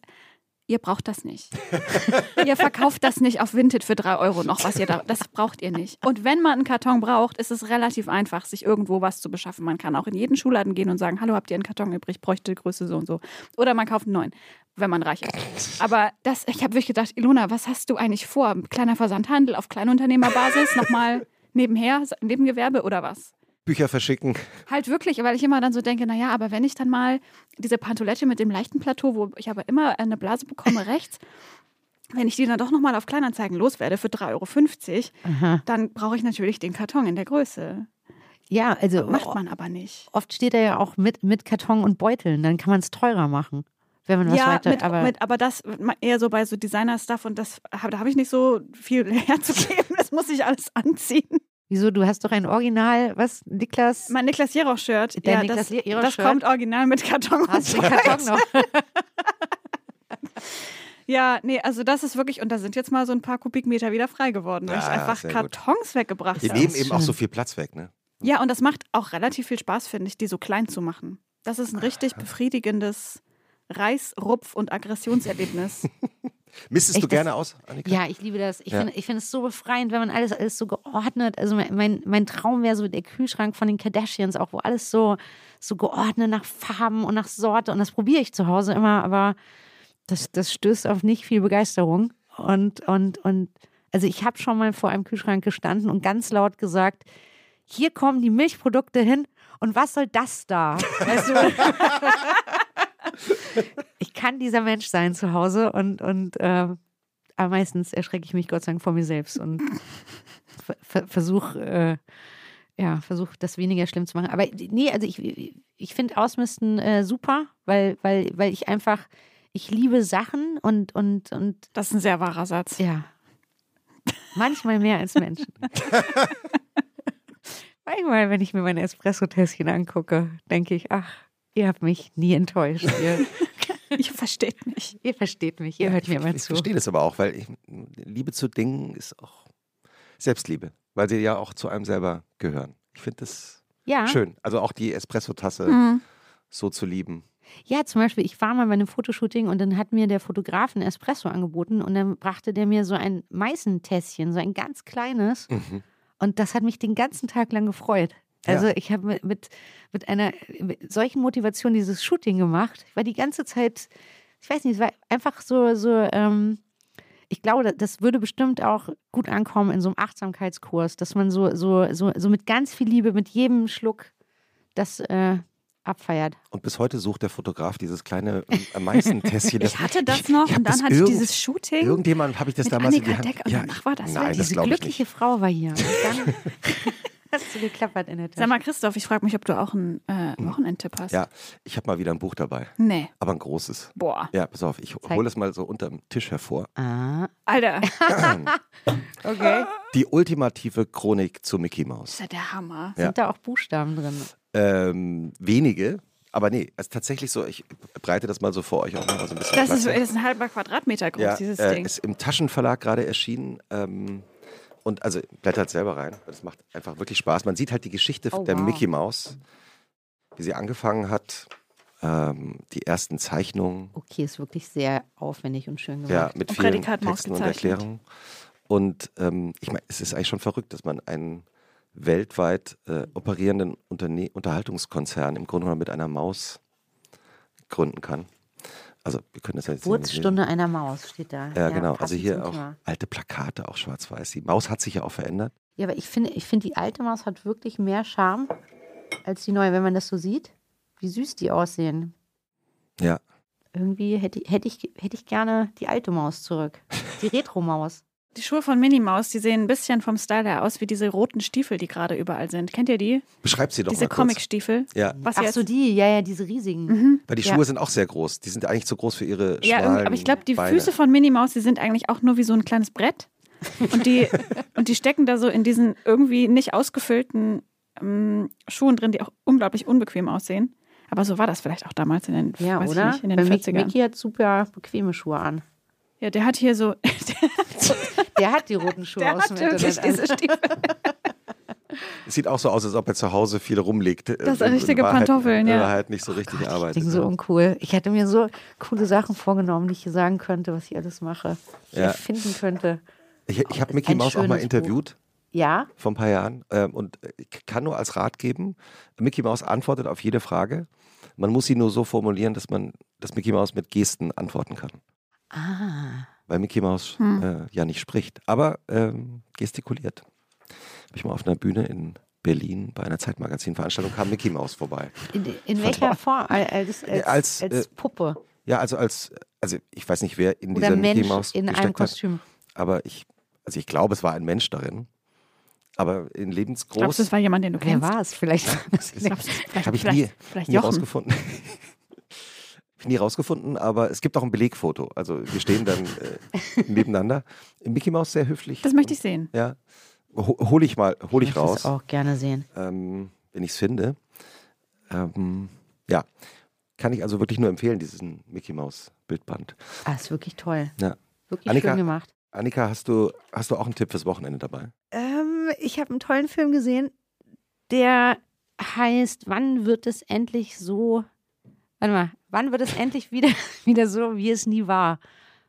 ihr braucht das nicht. Ihr verkauft das nicht auf Vinted für 3 Euro noch, das braucht ihr nicht. Und wenn man einen Karton braucht, ist es relativ einfach, sich irgendwo was zu beschaffen. Man kann auch in jeden Schuhladen gehen und sagen, hallo, habt ihr einen Karton übrig, bräuchte Größe so und so. Oder man kauft einen neuen, wenn man reich ist. Aber ich habe wirklich gedacht, Ilona, was hast du eigentlich vor? Kleiner Versandhandel auf Kleinunternehmerbasis, nochmal nebenher, Nebengewerbe oder was? Bücher verschicken. Halt wirklich, weil ich immer dann so denke, naja, aber wenn ich dann mal diese Pantolette mit dem leichten Plateau, wo ich aber immer eine Blase bekomme rechts, wenn ich die dann doch nochmal auf Kleinanzeigen loswerde für 3,50 Euro, dann brauche ich natürlich den Karton in der Größe. Ja, also Macht man aber nicht. Oft steht er ja auch mit Karton und Beuteln, dann kann man es teurer machen. Wenn man was aber das eher so bei so Designer-Stuff und da habe ich nicht so viel herzugeben, das muss ich alles anziehen. Wieso? Du hast doch ein Original, was? Niklas? Mein Niklas Jeroch-Shirt. Ja, das kommt original mit Karton. Hast du den Karton noch? Ja, nee, also das ist wirklich, und da sind jetzt mal so ein paar Kubikmeter wieder frei geworden, weil ich einfach Kartons weggebracht habe. Die nehmen eben auch so viel Platz weg, ne? Ja, und das macht auch relativ viel Spaß, finde ich, die so klein zu machen. Das ist ein richtig befriedigendes Reißrupf- und Aggressionserlebnis. Mistest du gerne aus, Annika? Ja, ich liebe das. Ich finde es so befreiend, wenn man alles so geordnet, also mein Traum wäre so der Kühlschrank von den Kardashians auch, wo alles so geordnet nach Farben und nach Sorte und das probiere ich zu Hause immer, aber das stößt auf nicht viel Begeisterung und also ich habe schon mal vor einem Kühlschrank gestanden und ganz laut gesagt, hier kommen die Milchprodukte hin und was soll das da? Weißt du? Ich kann dieser Mensch sein zu Hause und aber meistens erschrecke ich mich Gott sei Dank vor mir selbst und versuche das weniger schlimm zu machen. Aber nee, also ich finde Ausmisten super, weil ich einfach, ich liebe Sachen und das ist ein sehr wahrer Satz. Ja. Manchmal mehr als Menschen. Manchmal, wenn ich mir meine Espresso-Tässchen angucke, denke ich, ach, ihr habt mich nie enttäuscht. Ihr versteht mich. Ihr versteht mich, ihr hört mir mal zu. Ich verstehe das aber auch, weil Liebe zu Dingen ist auch Selbstliebe, weil sie ja auch zu einem selber gehören. Ich finde das schön. Also auch die Espresso-Tasse so zu lieben. Ja, zum Beispiel, ich war mal bei einem Fotoshooting und dann hat mir der Fotograf ein Espresso angeboten und dann brachte der mir so ein Meißentässchen, so ein ganz kleines. Und das hat mich den ganzen Tag lang gefreut. Also ich habe mit einer solchen Motivation dieses Shooting gemacht. Ich war die ganze Zeit, ich weiß nicht, es war einfach so ich glaube, das würde bestimmt auch gut ankommen in so einem Achtsamkeitskurs, dass man so mit ganz viel Liebe, mit jedem Schluck das abfeiert. Und bis heute sucht der Fotograf dieses kleine Meißentässchen. Ich hatte das noch und dann hatte ich dieses Shooting. Irgendjemand habe ich das mit damals Annika in die Hand. Deck und danach war das nein, weg. das Diese glaube ich glückliche nicht. Frau war hier. Und dann hast du geklappert in der Tasche. Sag mal, Christoph, ich frage mich, ob du auch einen Wochenendtipp hast. Ja, ich habe mal wieder ein Buch dabei. Nee. Aber ein großes. Boah. Ja, pass auf, ich hole es mal so unterm Tisch hervor. Alter, Okay. Die ultimative Chronik zu Mickey das Mouse. ist ja der Hammer. Ja. Sind da auch Buchstaben drin? Wenige, aber nee, es ist tatsächlich so, ich breite das mal so vor euch auch mal so ein bisschen. Das ist Platz. ein halber Quadratmeter groß, Ja, dieses Ding. ist im Taschenverlag gerade erschienen. Und also blättert selber rein. Das macht einfach wirklich Spaß. Man sieht halt die Geschichte der Mickey Mouse, wie sie angefangen hat. Die ersten Zeichnungen. Okay, ist wirklich sehr aufwendig und schön gemacht. Ja, mit Und vielen Prädikatmaus Texten und gezeichnet. Erklärungen. Und ich meine, es ist eigentlich schon verrückt, dass man einen weltweit operierenden Unterhaltungskonzern im Grunde genommen mit einer Maus gründen kann. Also wir können das ja jetzt Geburtsstunde einer Maus steht da. Ja, genau. Also passend hier zum auch Thema. alte Plakate, auch schwarz-weiß. Die Maus hat sich ja auch verändert. Ja, aber ich finde, die alte Maus hat wirklich mehr Charme als die neue, wenn man das so sieht. Wie süß die aussehen. Ja. Irgendwie hätte ich gerne die alte Maus zurück. Die Retro-Maus. Die Schuhe von Minnie Maus, die sehen ein bisschen vom Style her aus wie diese roten Stiefel, die gerade überall sind. Kennt ihr die? Beschreib sie doch Diese mal kurz. Comic-Stiefel. Ja, Was Ach jetzt? so, ja, diese riesigen. weil die Ja. Schuhe sind auch sehr groß. Die sind eigentlich zu groß für ihre Ja, schmalen aber ich glaube, die Beine. Füße von Minnie Maus, die sind eigentlich auch nur wie so ein kleines Brett. Und die stecken da so in diesen irgendwie nicht ausgefüllten Schuhen drin, die auch unglaublich unbequem aussehen. Aber so war das vielleicht auch damals in den, Ja, weiß oder? ich nicht, in den Weil 40ern. Mickey hat super bequeme Schuhe an. Ja, der hat hier so, Der hat die roten Schuhe der aus hat dem wirklich Internet an. diese Stiefel. Es sieht auch so aus, als ob er zu Hause viel rumliegt. Das sind richtige Pantoffeln, ja. Halt nicht so richtig Ich arbeitet. denke so uncool. Ich hätte mir so coole Sachen vorgenommen, die ich hier sagen könnte, was ich alles mache. Die ich Ja. erfinden könnte. Ich habe Mickey Ein Mouse auch mal schönes interviewt. Ja, Vor ein paar Jahren und ich kann nur als Rat geben, Mickey Mouse antwortet auf jede Frage. Man muss sie nur so formulieren, dass Mickey Mouse mit Gesten antworten kann. Weil Mickey Mouse ja nicht spricht, aber gestikuliert. Habe ich mal auf einer Bühne in Berlin bei einer Zeitmagazin-Veranstaltung kam Mickey Mouse vorbei. in welcher Form? Als Puppe Ja, also ich weiß nicht, wer in oder dieser Mickey Mensch Mouse in einem gesteckt hat, Kostüm. aber ich glaube, es war ein Mensch darin. Aber in lebensgroß. Glaubst du, das war jemand, den du Wer kennst? war es? Vielleicht. Habe ich nie Jochen. rausgefunden. Nie rausgefunden, aber es gibt auch ein Belegfoto. Also wir stehen dann nebeneinander. Mickey Mouse sehr höflich. Das möchte ich sehen. Ja. Hol ich Ich raus, das auch gerne sehen. wenn ich es finde. Ja. Kann ich also wirklich nur empfehlen, diesen Mickey Mouse Bildband. Ist wirklich toll. Ja. Wirklich Annika? schön gemacht. Annika, hast du auch einen Tipp fürs Wochenende dabei? Ich habe einen tollen Film gesehen, der heißt, wann wird es endlich so, wann wird es endlich wieder so, wie es nie war?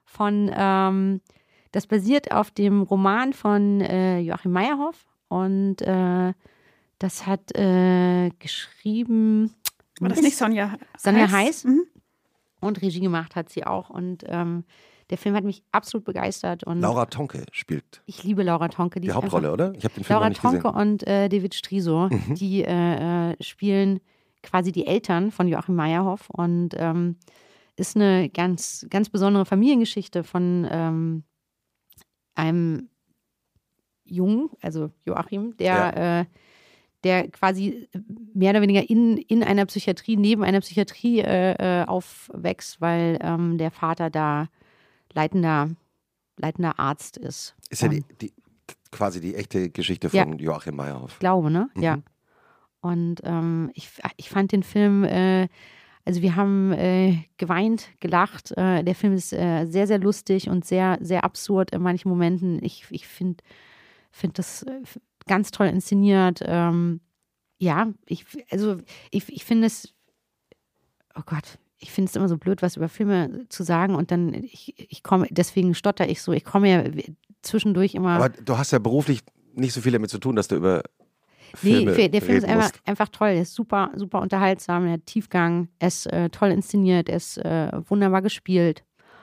Das basiert auf dem Roman von Joachim Meyerhoff und das hat geschrieben War das nicht Sonja Heiß? Mhm. Und Regie gemacht hat sie auch und der Film hat mich absolut begeistert. Und Laura Tonke spielt ich liebe Laura Tonke. die Hauptrolle, oder? Ich habe den Film Laura noch nicht gesehen. Tonke und David Striso, die spielen quasi die Eltern von Joachim Meyerhoff und ist eine ganz, ganz besondere Familiengeschichte von einem Jungen, also Joachim, der quasi mehr oder weniger in einer Psychiatrie, neben einer Psychiatrie aufwächst, weil der Vater da leitender Arzt ist. Ist ja quasi die echte Geschichte von Joachim Meyerhoff. Ich glaube, ne? Mhm. Ja. Und ich fand den Film, also wir haben geweint, gelacht. Der Film ist sehr, sehr lustig und sehr, sehr absurd in manchen Momenten. Ich finde das ganz toll inszeniert. Ja, ich finde es, oh Gott, ich finde es immer so blöd, was über Filme zu sagen und dann, deswegen stotter ich so, ich komme ja zwischendurch immer. Aber du hast ja beruflich nicht so viel damit zu tun, dass du über Filme der Film ist reden musst. einfach toll, er ist super, super unterhaltsam, er hat Tiefgang, er ist toll inszeniert, er ist wunderbar gespielt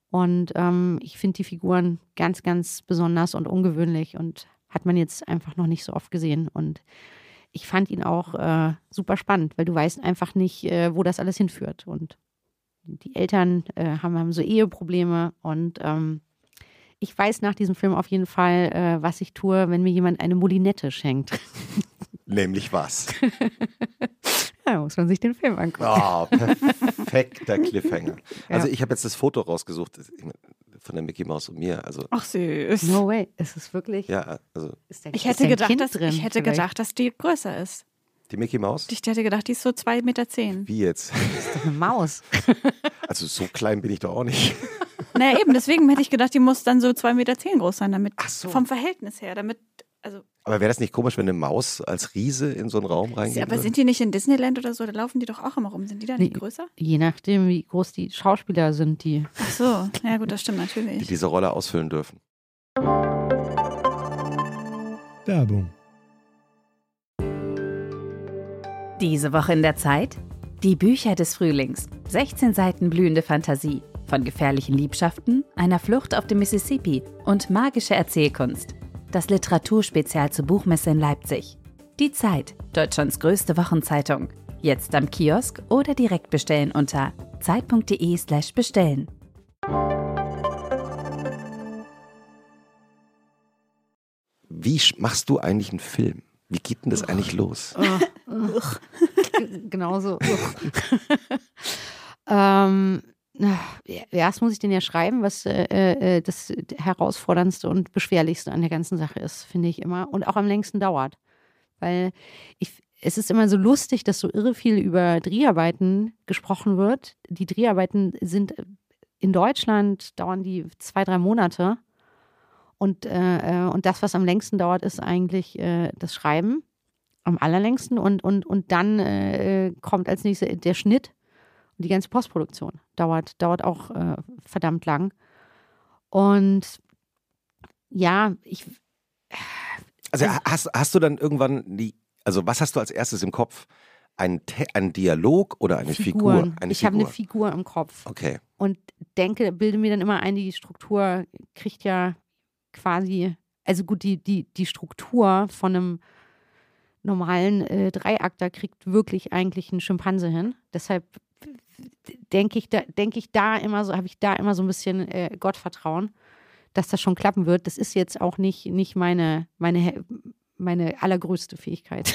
Und ich finde die Figuren ganz, ganz besonders und ungewöhnlich und hat man jetzt einfach noch nicht so oft gesehen. Und ich fand ihn auch super spannend, weil du weißt einfach nicht, wo das alles hinführt. Und die Eltern haben so Eheprobleme und ich weiß nach diesem Film auf jeden Fall, was ich tue, wenn mir jemand eine Moulinette schenkt. Nämlich was? Da muss man sich den Film angucken. Oh, perfekter Cliffhanger. Ja. Also ich habe jetzt das Foto rausgesucht von der Mickey Maus und mir. Also, Ach süß. No way, ist es wirklich? ja, also Ich hätte gedacht, vielleicht? dass die größer ist. die Mickey Maus? Ich hätte gedacht, die ist so 2,10 Meter. Wie jetzt? Das ist doch eine Maus. Also so klein bin ich doch auch nicht. Naja, eben, deswegen hätte ich gedacht, die muss dann so 2,10 Meter groß sein, damit Ach so. vom Verhältnis her, damit, also. Aber wäre das nicht komisch, wenn eine Maus als Riese in so einen Raum reingeht? Aber sind die nicht in Disneyland oder so? Da laufen die doch auch immer rum. Sind die da nicht größer? Je nachdem, wie groß die Schauspieler sind, die. Ach so, ja gut, das stimmt die natürlich. diese Rolle ausfüllen dürfen. Werbung. Diese Woche in der Zeit? Die Bücher des Frühlings. 16 Seiten blühende Fantasie. Von gefährlichen Liebschaften, einer Flucht auf dem Mississippi und magische Erzählkunst. Das Literaturspezial zur Buchmesse in Leipzig. Die Zeit, Deutschlands größte Wochenzeitung. Jetzt am Kiosk oder direkt bestellen unter zeit.de/bestellen. Wie machst du eigentlich einen Film? Wie geht denn das eigentlich los? Genauso. Erst muss ich den ja schreiben, was das Herausforderndste und Beschwerlichste an der ganzen Sache ist, finde ich immer. Und auch am längsten dauert. Weil es ist immer so lustig, dass so irre viel über Dreharbeiten gesprochen wird. Die Dreharbeiten sind in Deutschland, dauern die 2-3 Monate. Und das, was am längsten dauert, ist eigentlich das Schreiben. Am allerlängsten. Und dann kommt als nächstes der Schnitt. Und die ganze Postproduktion dauert auch verdammt lang. Und ja, Also hast du dann irgendwann was hast du als erstes im Kopf? Ein Dialog oder eine Figur? Ich habe eine Figur im Kopf. Okay. Und bilde mir dann immer ein, die Struktur kriegt ja quasi, also gut, die Struktur von einem normalen Dreiakter kriegt wirklich eigentlich ein Schimpanse hin. Deshalb habe ich da immer so ein bisschen Gottvertrauen, dass das schon klappen wird. Das ist jetzt auch nicht meine allergrößte Fähigkeit.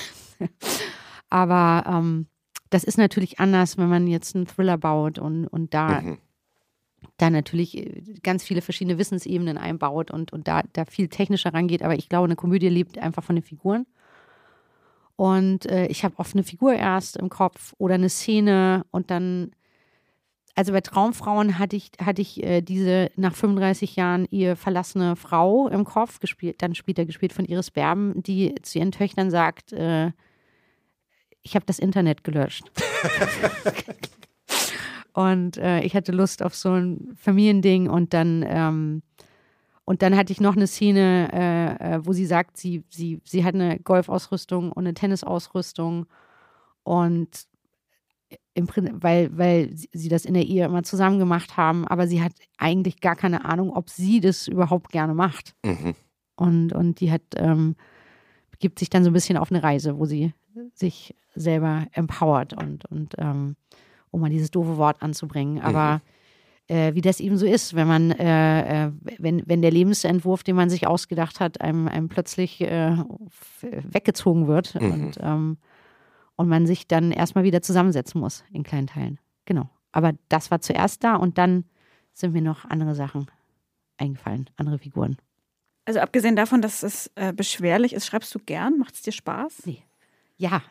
Aber das ist natürlich anders, wenn man jetzt einen Thriller baut und da natürlich ganz viele verschiedene Wissensebenen einbaut und da viel technischer rangeht. Aber ich glaube, eine Komödie lebt einfach von den Figuren. Und ich habe oft eine Figur erst im Kopf oder eine Szene und dann, also bei Traumfrauen hatte ich diese nach 35 Jahren Ehe verlassene Frau im Kopf, gespielt von Iris Berben, die zu ihren Töchtern sagt, ich habe das Internet gelöscht. Und ich hatte Lust auf so ein Familiending und dann hatte ich noch eine Szene, wo sie sagt, sie hat eine Golfausrüstung und eine Tennisausrüstung und weil sie das in der Ehe immer zusammen gemacht haben, aber sie hat eigentlich gar keine Ahnung, ob sie das überhaupt gerne macht. Mhm. Und die begibt sich dann so ein bisschen auf eine Reise, wo sie sich selber empowert und um mal dieses doofe Wort anzubringen, aber wie das eben so ist, wenn man, wenn der Lebensentwurf, den man sich ausgedacht hat, einem plötzlich weggezogen wird und man sich dann erstmal wieder zusammensetzen muss in kleinen Teilen. Genau. Aber das war zuerst da und dann sind mir noch andere Sachen eingefallen, andere Figuren. Also abgesehen davon, dass es beschwerlich ist, schreibst du gern? Macht es dir Spaß? Nee. Ja.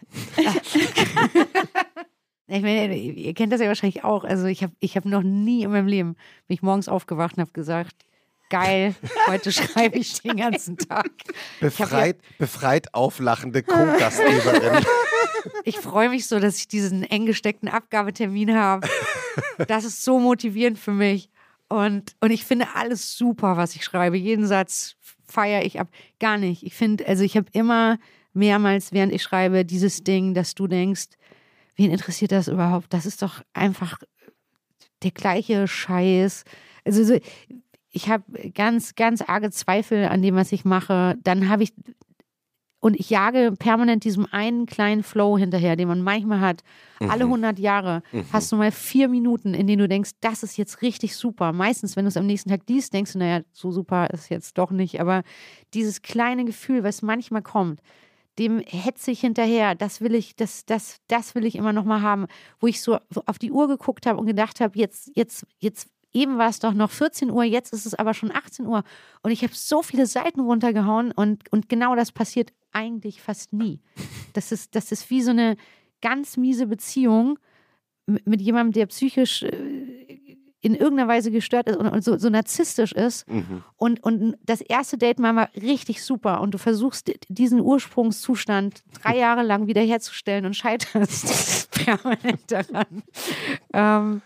Ich meine, ihr kennt das ja wahrscheinlich auch. Also ich hab noch nie in meinem Leben bin ich morgens aufgewacht und habe gesagt, geil, heute schreibe ich den ganzen Tag. Befreit auflachende Co-Gastgeberin. Ich freue mich so, dass ich diesen eng gesteckten Abgabetermin habe. Das ist so motivierend für mich. Und ich finde alles super, was ich schreibe. Jeden Satz feiere ich ab. Gar nicht. Ich habe immer mehrmals, während ich schreibe, dieses Ding, dass du denkst, wen interessiert das überhaupt? Das ist doch einfach der gleiche Scheiß. Also so, ich habe ganz, ganz arge Zweifel an dem, was ich mache. Dann habe ich, und ich jage permanent diesem einen kleinen Flow hinterher, den man manchmal hat. Alle 100 Jahre hast du mal 4 Minuten, in denen du denkst, das ist jetzt richtig super. Meistens, wenn du es am nächsten Tag liest, denkst du, naja, so super ist jetzt doch nicht. Aber dieses kleine Gefühl, was manchmal kommt, dem hetze ich hinterher, das will ich immer noch mal haben. Wo ich so auf die Uhr geguckt habe und gedacht habe, jetzt eben war es doch noch 14 Uhr, jetzt ist es aber schon 18 Uhr. Und ich habe so viele Seiten runtergehauen und genau das passiert eigentlich fast nie. Das ist wie so eine ganz miese Beziehung mit jemandem, der psychisch in irgendeiner Weise gestört ist und so narzisstisch ist. Und das erste Date war richtig super und du versuchst diesen Ursprungszustand 3 Jahre lang wiederherzustellen und scheiterst permanent daran.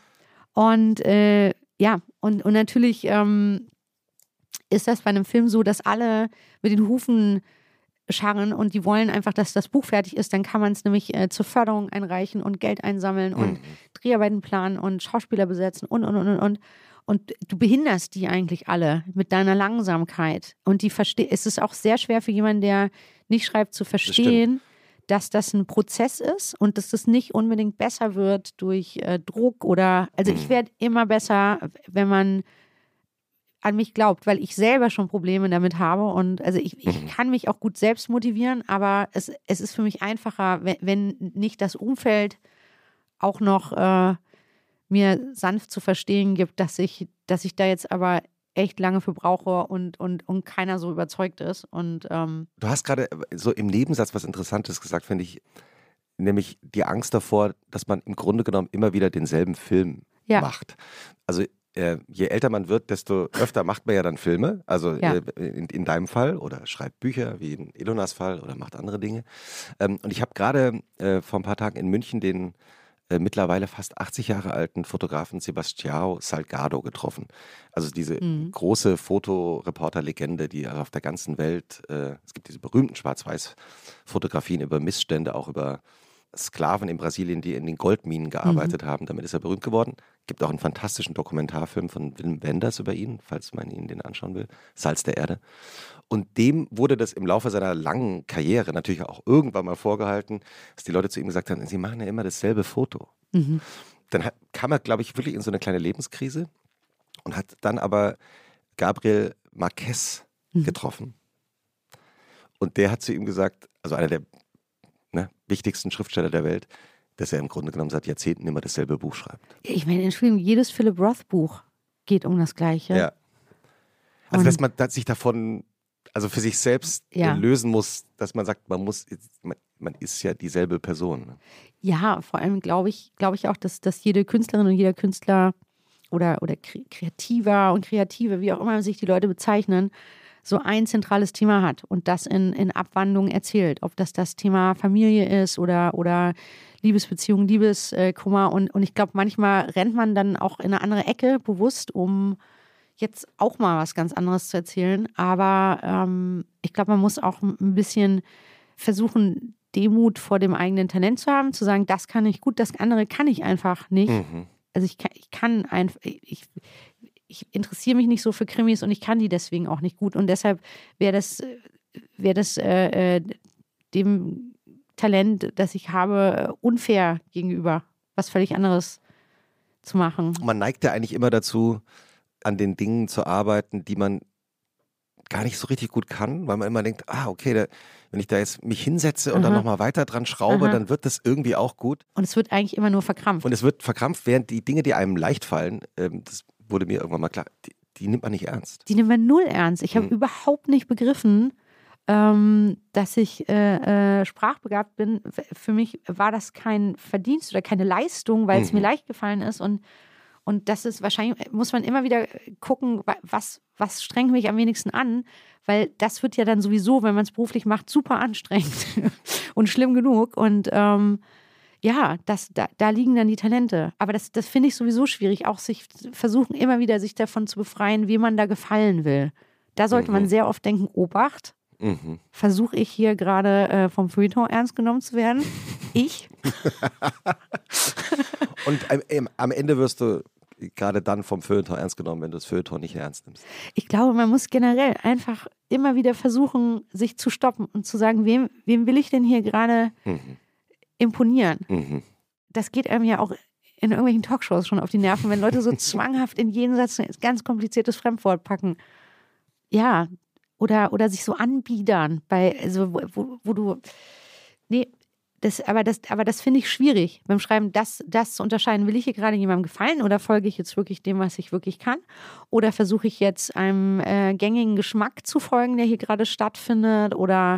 Und natürlich ist das bei einem Film so, dass alle mit den Hufen scharren und die wollen einfach, dass das Buch fertig ist. Dann kann man es nämlich zur Förderung einreichen und Geld einsammeln und Dreharbeiten planen und Schauspieler besetzen und. Und du behinderst die eigentlich alle mit deiner Langsamkeit. Und es ist auch sehr schwer für jemanden, der nicht schreibt, zu verstehen, dass das ein Prozess ist und dass das nicht unbedingt besser wird durch Druck oder, also ich werde immer besser, wenn man an mich glaubt, weil ich selber schon Probleme damit habe und also ich kann mich auch gut selbst motivieren, aber es ist für mich einfacher, wenn nicht das Umfeld auch noch mir sanft zu verstehen gibt, dass ich da jetzt aber echt lange für brauche und keiner so überzeugt ist. Und du hast gerade so im Nebensatz was Interessantes gesagt, finde ich, nämlich die Angst davor, dass man im Grunde genommen immer wieder denselben Film macht. Also je älter man wird, desto öfter macht man ja dann Filme, also in deinem Fall oder schreibt Bücher, wie in Ilonas Fall oder macht andere Dinge. Und ich habe gerade vor ein paar Tagen in München den mittlerweile fast 80 Jahre alten Fotografen Sebastião Salgado getroffen. Also diese große Fotoreporter-Legende, die auf der ganzen Welt, es gibt diese berühmten Schwarz-Weiß-Fotografien über Missstände, auch über Sklaven in Brasilien, die in den Goldminen gearbeitet haben. Damit ist er berühmt geworden. Gibt auch einen fantastischen Dokumentarfilm von Wim Wenders über ihn, falls man ihn den anschauen will. Salz der Erde. Und dem wurde das im Laufe seiner langen Karriere natürlich auch irgendwann mal vorgehalten, dass die Leute zu ihm gesagt haben, sie machen ja immer dasselbe Foto. Dann kam er, glaube ich, wirklich in so eine kleine Lebenskrise und hat dann aber Gabriel Marquez getroffen. Und der hat zu ihm gesagt, also einer der wichtigsten Schriftsteller der Welt, dass er im Grunde genommen seit Jahrzehnten immer dasselbe Buch schreibt. Ich meine, Entschuldigung, jedes Philip Roth Buch geht um das Gleiche. Ja. Also, dass man sich davon, also für sich selbst lösen muss, dass man sagt, man ist ja dieselbe Person. Ja, vor allem glaube ich auch, dass jede Künstlerin und jeder Künstler oder Kreativer und Kreative, wie auch immer sich die Leute bezeichnen, so ein zentrales Thema hat und das in Abwandlung erzählt. Ob das Thema Familie ist oder Liebesbeziehung, Liebeskummer. Und ich glaube, manchmal rennt man dann auch in eine andere Ecke bewusst, um jetzt auch mal was ganz anderes zu erzählen. Aber ich glaube, man muss auch ein bisschen versuchen, Demut vor dem eigenen Talent zu haben, zu sagen, das kann ich gut, das andere kann ich einfach nicht. Also ich kann einfach, ich interessiere mich nicht so für Krimis und ich kann die deswegen auch nicht gut. Und deshalb wäre das dem Talent, das ich habe, unfair gegenüber, was völlig anderes zu machen. Man neigt ja eigentlich immer dazu, an den Dingen zu arbeiten, die man gar nicht so richtig gut kann, weil man immer denkt, okay, wenn ich da jetzt mich hinsetze und dann nochmal weiter dran schraube, dann wird das irgendwie auch gut. Und es wird eigentlich immer nur verkrampft. Und es wird verkrampft, während die Dinge, die einem leicht fallen, das wurde mir irgendwann mal klar, die nimmt man nicht ernst. Die nimmt man null ernst. Ich habe überhaupt nicht begriffen, dass ich sprachbegabt bin. Für mich war das kein Verdienst oder keine Leistung, weil es mir leicht gefallen ist. Und das ist wahrscheinlich, muss man immer wieder gucken, was strengt mich am wenigsten an, weil das wird ja dann sowieso, wenn man es beruflich macht, super anstrengend und schlimm genug. Und da liegen dann die Talente. Aber das finde ich sowieso schwierig, auch sich versuchen, immer wieder sich davon zu befreien, wie man da gefallen will. Da sollte man sehr oft denken, Obacht, versuche ich hier gerade vom Feuilleton ernst genommen zu werden? Ich? Und am Ende wirst du, gerade dann vom Feuilleton ernst genommen, wenn du das Feuilleton nicht ernst nimmst? Ich glaube, man muss generell einfach immer wieder versuchen, sich zu stoppen und zu sagen, wem will ich denn hier gerade imponieren? Das geht einem ja auch in irgendwelchen Talkshows schon auf die Nerven, wenn Leute so zwanghaft in jeden Satz ein ganz kompliziertes Fremdwort packen. Ja, oder sich so anbiedern, wo du. Nee, aber das finde ich schwierig beim Schreiben, das zu unterscheiden. Will ich hier gerade jemandem gefallen oder folge ich jetzt wirklich dem, was ich wirklich kann? Oder versuche ich jetzt einem gängigen Geschmack zu folgen, der hier gerade stattfindet? Oder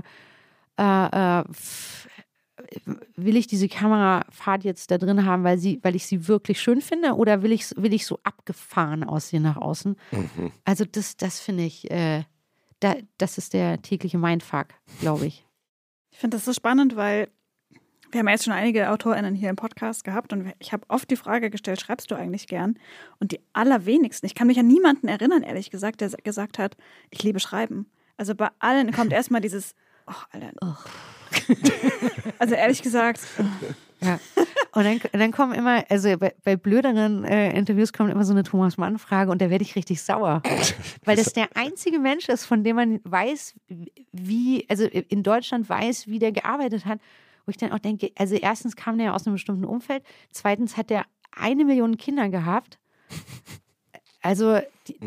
will ich diese Kamerafahrt jetzt da drin haben, weil ich sie wirklich schön finde? Oder will ich so abgefahren aussehen nach außen? Also das finde ich, das ist der tägliche Mindfuck, glaube ich. Ich finde das so spannend, weil wir haben ja jetzt schon einige AutorInnen hier im Podcast gehabt und ich habe oft die Frage gestellt, schreibst du eigentlich gern? Und die allerwenigsten, ich kann mich an niemanden erinnern, ehrlich gesagt, der gesagt hat, ich liebe Schreiben. Also bei allen kommt erstmal dieses, Alter. Also ehrlich gesagt. Ja. Und dann kommen immer, also bei blöderen Interviews kommt immer so eine Thomas-Mann-Frage und da werde ich richtig sauer. Weil das der einzige Mensch ist, von dem man weiß, also in Deutschland weiß, wie der gearbeitet hat. Wo ich dann auch denke, also erstens kam der aus einem bestimmten Umfeld, zweitens hat der 1 Million Kinder gehabt. Also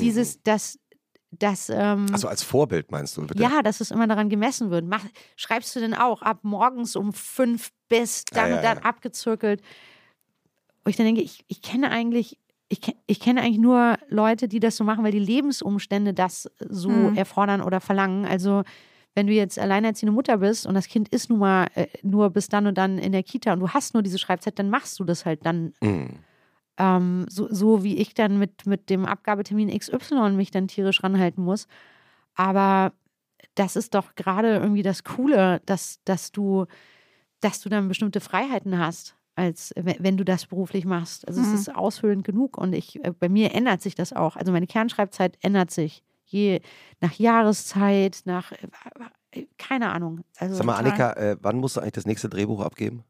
Also als Vorbild meinst du, bitte? Ja, dass es immer daran gemessen wird. Schreibst du denn auch ab morgens um 5 bis dann und dann abgezirkelt? Wo ich dann denke, ich kenne eigentlich nur Leute, die das so machen, weil die Lebensumstände das so erfordern oder verlangen. Also wenn du jetzt alleinerziehende Mutter bist und das Kind ist nun mal nur bis dann und dann in der Kita und du hast nur diese Schreibzeit, dann machst du das halt dann. So wie ich dann mit dem Abgabetermin XY mich dann tierisch ranhalten muss. Aber das ist doch gerade irgendwie das Coole, dass du dann bestimmte Freiheiten hast, als wenn du das beruflich machst. Also es ist ausfüllend genug und bei mir ändert sich das auch. Also meine Kernschreibzeit ändert sich nach Jahreszeit, nach keine Ahnung. Also sag mal, Annika, wann musst du eigentlich das nächste Drehbuch abgeben?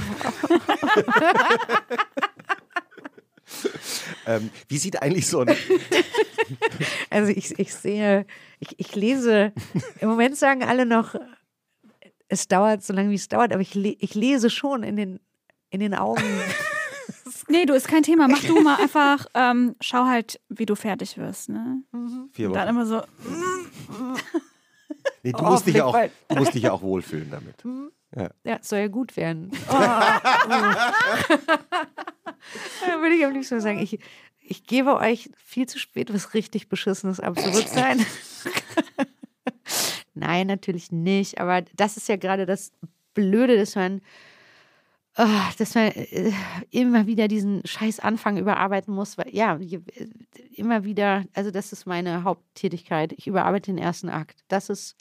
Wie sieht eigentlich so ein... Also ich sehe, ich lese, im Moment sagen alle noch, es dauert so lange, wie es dauert, aber ich lese schon in den Augen. Nee, du, ist kein Thema. Mach du mal einfach, schau halt, wie du fertig wirst. Ne? 4 Wochen. Dann immer so... Nee, du musst dich ja auch wohlfühlen damit. Ja, es soll ja gut werden. Dann würde ich am liebsten sagen, ich gebe euch viel zu spät was richtig Beschissenes absolut sein. Nein, natürlich nicht. Aber das ist ja gerade das Blöde, dass man immer wieder diesen scheiß Anfang überarbeiten muss. Weil, ja, immer wieder, also das ist meine Haupttätigkeit. Ich überarbeite den ersten Akt. Das ist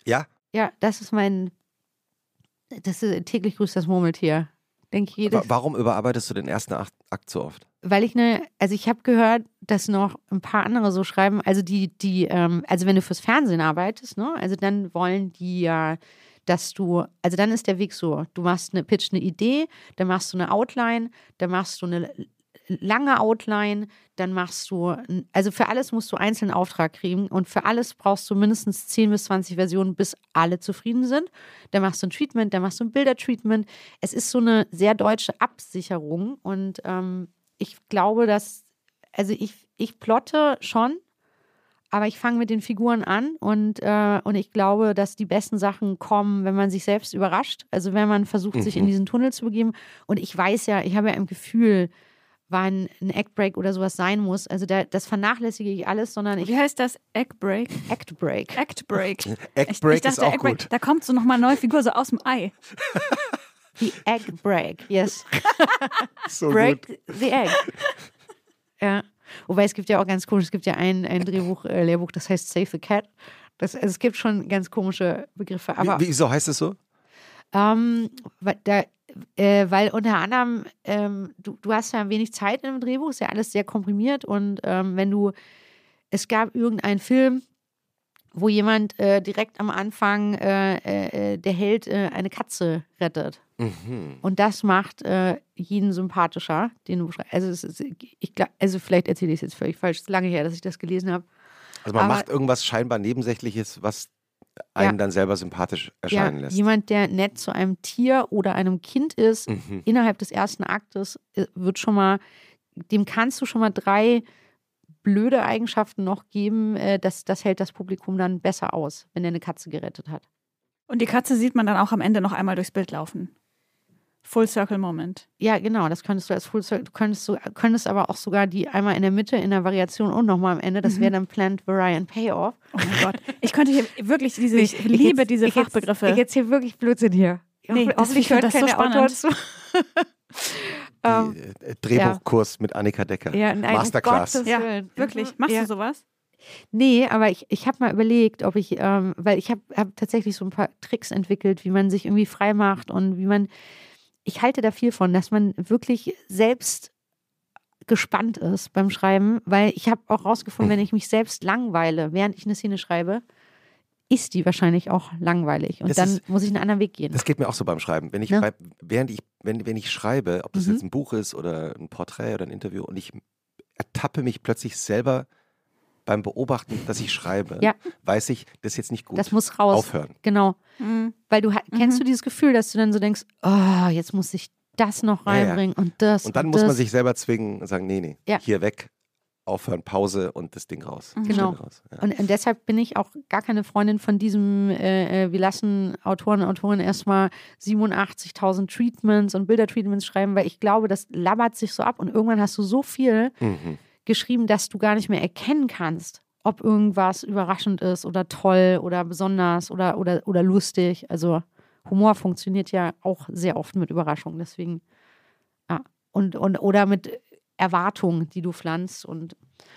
täglich grüßt das Murmeltier. Denke ich Warum überarbeitest du den ersten Akt so oft? Weil ich habe gehört, dass noch ein paar andere so schreiben, also also wenn du fürs Fernsehen arbeitest, ne, also dann wollen die ja, also dann ist der Weg so, du machst eine Idee, dann machst du eine Outline, dann machst du eine lange Outline, dann machst du, also für alles musst du einzelnen Auftrag kriegen und für alles brauchst du mindestens 10 bis 20 Versionen, bis alle zufrieden sind. Dann machst du ein Treatment, dann machst du ein Bildertreatment. Es ist so eine sehr deutsche Absicherung und ich glaube, also ich plotte schon, aber ich fange mit den Figuren an und ich glaube, dass die besten Sachen kommen, wenn man sich selbst überrascht. Also wenn man versucht, sich in diesen Tunnel zu begeben. Und ich weiß ja, ich habe ja ein Gefühl, wann ein Act-Break oder sowas sein muss. Also das vernachlässige ich alles, sondern Wie heißt das? Act-Break? Act-Break. Act-Break. Act-Break ist auch Act-Break, gut. da kommt so nochmal eine neue Figur so aus dem Ei. The Egg-Break, yes. So Break gut. the Egg. Ja. Wobei es gibt ja auch ganz komisch, es gibt ja ein Lehrbuch, das heißt Save the Cat. Also es gibt schon ganz komische Begriffe. Aber Wieso heißt es so? Weil unter anderem, du hast ja wenig Zeit in einem Drehbuch, ist ja alles sehr komprimiert und es gab irgendeinen Film wo jemand direkt am Anfang der Held eine Katze rettet. Und das macht jeden sympathischer, den du beschreibst. Also vielleicht erzähle ich es jetzt völlig falsch. Es ist lange her, dass ich das gelesen habe. Also man macht irgendwas scheinbar Nebensächliches, was einen dann selber sympathisch erscheinen lässt. Jemand, der nett zu einem Tier oder einem Kind ist, innerhalb des ersten Aktes dem kannst du schon mal 3 blöde Eigenschaften noch geben, das hält das Publikum dann besser aus, wenn er eine Katze gerettet hat. Und die Katze sieht man dann auch am Ende noch einmal durchs Bild laufen. Full Circle Moment. Ja, genau, das könntest du als Full Circle, du könntest aber auch sogar die einmal in der Mitte in der Variation und nochmal am Ende, das wäre dann Planned Variant Payoff. Oh mein Gott, ich könnte hier wirklich ich liebe diese Fachbegriffe. Ich jetzt hier wirklich Blödsinn hier. Ich finde das so spannend. Drehbuchkurs mit Annika Decker. Ja, Masterclass. Ja, wirklich. Machst du sowas? Nee, aber ich habe mal überlegt, ob ich, weil ich hab tatsächlich so ein paar Tricks entwickelt, wie man sich irgendwie frei macht und ich halte da viel von, dass man wirklich selbst gespannt ist beim Schreiben, weil ich habe auch rausgefunden, wenn ich mich selbst langweile, während ich eine Szene schreibe, ist die wahrscheinlich auch langweilig und muss ich einen anderen Weg gehen. Das geht mir auch so beim Schreiben. Wenn ich wenn ich schreibe, ob das jetzt ein Buch ist oder ein Porträt oder ein Interview und ich ertappe mich plötzlich selber beim Beobachten, dass ich schreibe, weiß ich, das ist jetzt nicht gut. Das muss raus. Aufhören. Genau. Weil kennst du dieses Gefühl, dass du dann so denkst, oh, jetzt muss ich das noch reinbringen und das. Und dann muss man sich selber zwingen und sagen, nee, hier weg, aufhören, Pause und das Ding raus. Genau. Raus. Ja. Und deshalb bin ich auch gar keine Freundin von diesem, wir lassen Autoren und Autorinnen erstmal 87.000 Treatments und Bildertreatments schreiben, weil ich glaube, das labert sich so ab und irgendwann hast du so viel geschrieben, dass du gar nicht mehr erkennen kannst, ob irgendwas überraschend ist oder toll oder besonders oder lustig. Also Humor funktioniert ja auch sehr oft mit Überraschung, deswegen oder mit Erwartungen, die du pflanzt und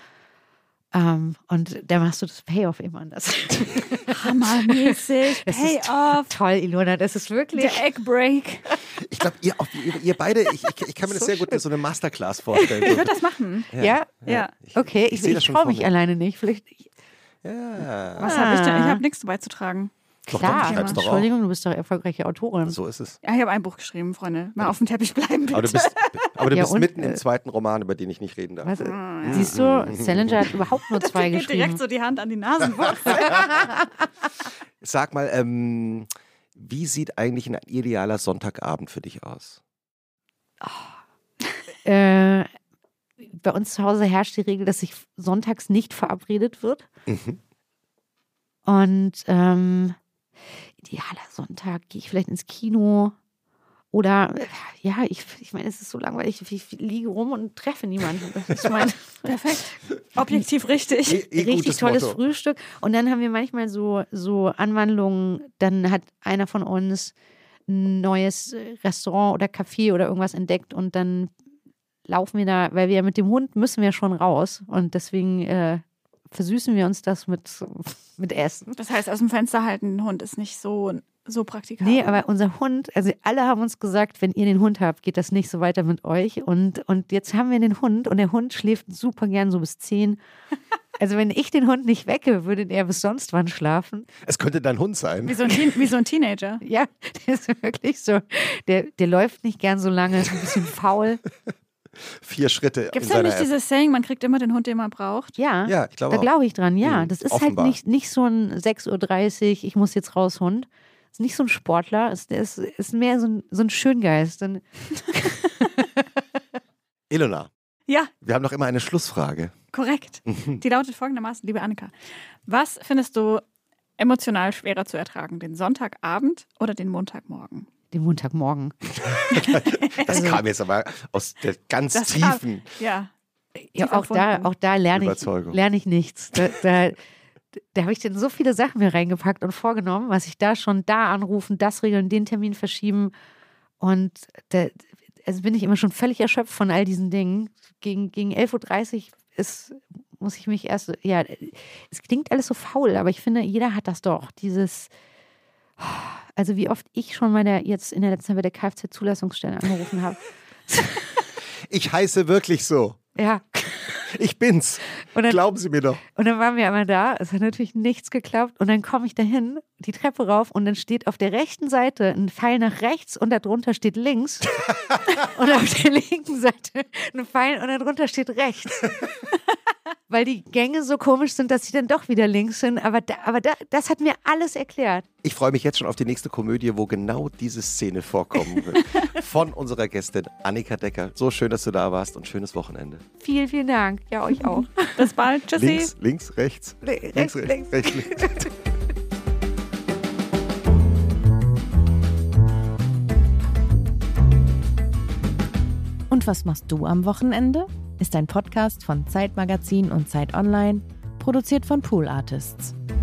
da machst du das Payoff immer anders. Hammermäßig, Payoff. Toll, Ilona, das ist wirklich der Eggbreak. Ich glaube, ihr beide, ich kann mir das sehr gut so eine Masterclass vorstellen. Ich würde das machen. Ja? Okay, ich traue mich alleine nicht. Vielleicht. Was habe ich denn? Ich habe nichts beizutragen. Klar, Entschuldigung, du bist doch erfolgreiche Autorin. So ist es. Ja, ich habe ein Buch geschrieben, Freunde. Mal auf dem Teppich bleiben, bitte. Aber du bist mitten im zweiten Roman, über den ich nicht reden darf. Siehst du, Salinger hat überhaupt nur 2 geht geschrieben. Direkt so die Hand an die Nasenwurzel. Sag mal, wie sieht eigentlich ein idealer Sonntagabend für dich aus? Bei uns zu Hause herrscht die Regel, dass sich sonntags nicht verabredet wird. Und idealer Sonntag, gehe ich vielleicht ins Kino oder ich meine, es ist so langweilig, ich liege rum und treffe niemanden. Das ist perfekt. Objektiv richtig. Richtig tolles Motto. Frühstück. Und dann haben wir manchmal so Anwandlungen, dann hat einer von uns ein neues Restaurant oder Café oder irgendwas entdeckt und dann laufen wir da, weil wir mit dem Hund müssen wir schon raus und deswegen versüßen wir uns das mit Essen. Das heißt, aus dem Fenster halten, ein Hund ist nicht so praktikabel. Nee, aber unser Hund, also alle haben uns gesagt, wenn ihr den Hund habt, geht das nicht so weiter mit euch. Und jetzt haben wir den Hund und der Hund schläft super gern so bis 10. Also wenn ich den Hund nicht wecke, würde der bis sonst wann schlafen. Es könnte dein Hund sein. Wie so ein Teenager. Ja, der ist wirklich so. Der läuft nicht gern so lange, ist ein bisschen faul. 4 Schritte. Gibt es da nicht dieses Saying, man kriegt immer den Hund, den man braucht? Ja, ich glaube da glaube ich dran, ja. Das ist offenbar. halt nicht so ein 6:30 Uhr, ich muss jetzt raus, Hund. Das ist nicht so ein Sportler, ist mehr so ein Schöngeist. Ilona. Ja. Wir haben noch immer eine Schlussfrage. Korrekt. Die lautet folgendermaßen, liebe Annika. Was findest du emotional schwerer zu ertragen, den Sonntagabend oder den Montagmorgen? Den Montagmorgen. Das kam jetzt aber aus der ganz tiefen Ja, auch da lerne ich nichts. Da habe ich dann so viele Sachen mir reingepackt und vorgenommen, was ich da schon anrufen, das regeln, den Termin verschieben. Und also bin ich immer schon völlig erschöpft von all diesen Dingen. Gegen 11:30 Uhr muss ich mich erst, es klingt alles so faul, aber ich finde, jeder hat das doch. Also wie oft ich schon jetzt in der letzten Zeit bei der Kfz-Zulassungsstelle angerufen habe. Ich heiße wirklich so. Ja. Ich bin's. Glauben Sie mir doch. Und dann waren wir einmal da, es hat natürlich nichts geklappt und dann komme ich dahin, die Treppe rauf und dann steht auf der rechten Seite ein Pfeil nach rechts und darunter steht links und auf der linken Seite ein Pfeil und darunter steht rechts. Weil die Gänge so komisch sind, dass sie dann doch wieder links sind, aber das hat mir alles erklärt. Ich freue mich jetzt schon auf die nächste Komödie, wo genau diese Szene vorkommen wird. Von unserer Gästin Annika Decker. So schön, dass du da warst und schönes Wochenende. Vielen, vielen Dank. Ja, euch auch. Bis bald. Tschüssi. Links, rechts. Rechts. Rechts. Und was machst du am Wochenende? Ist ein Podcast von Zeit Magazin und Zeit Online, produziert von Pool Artists.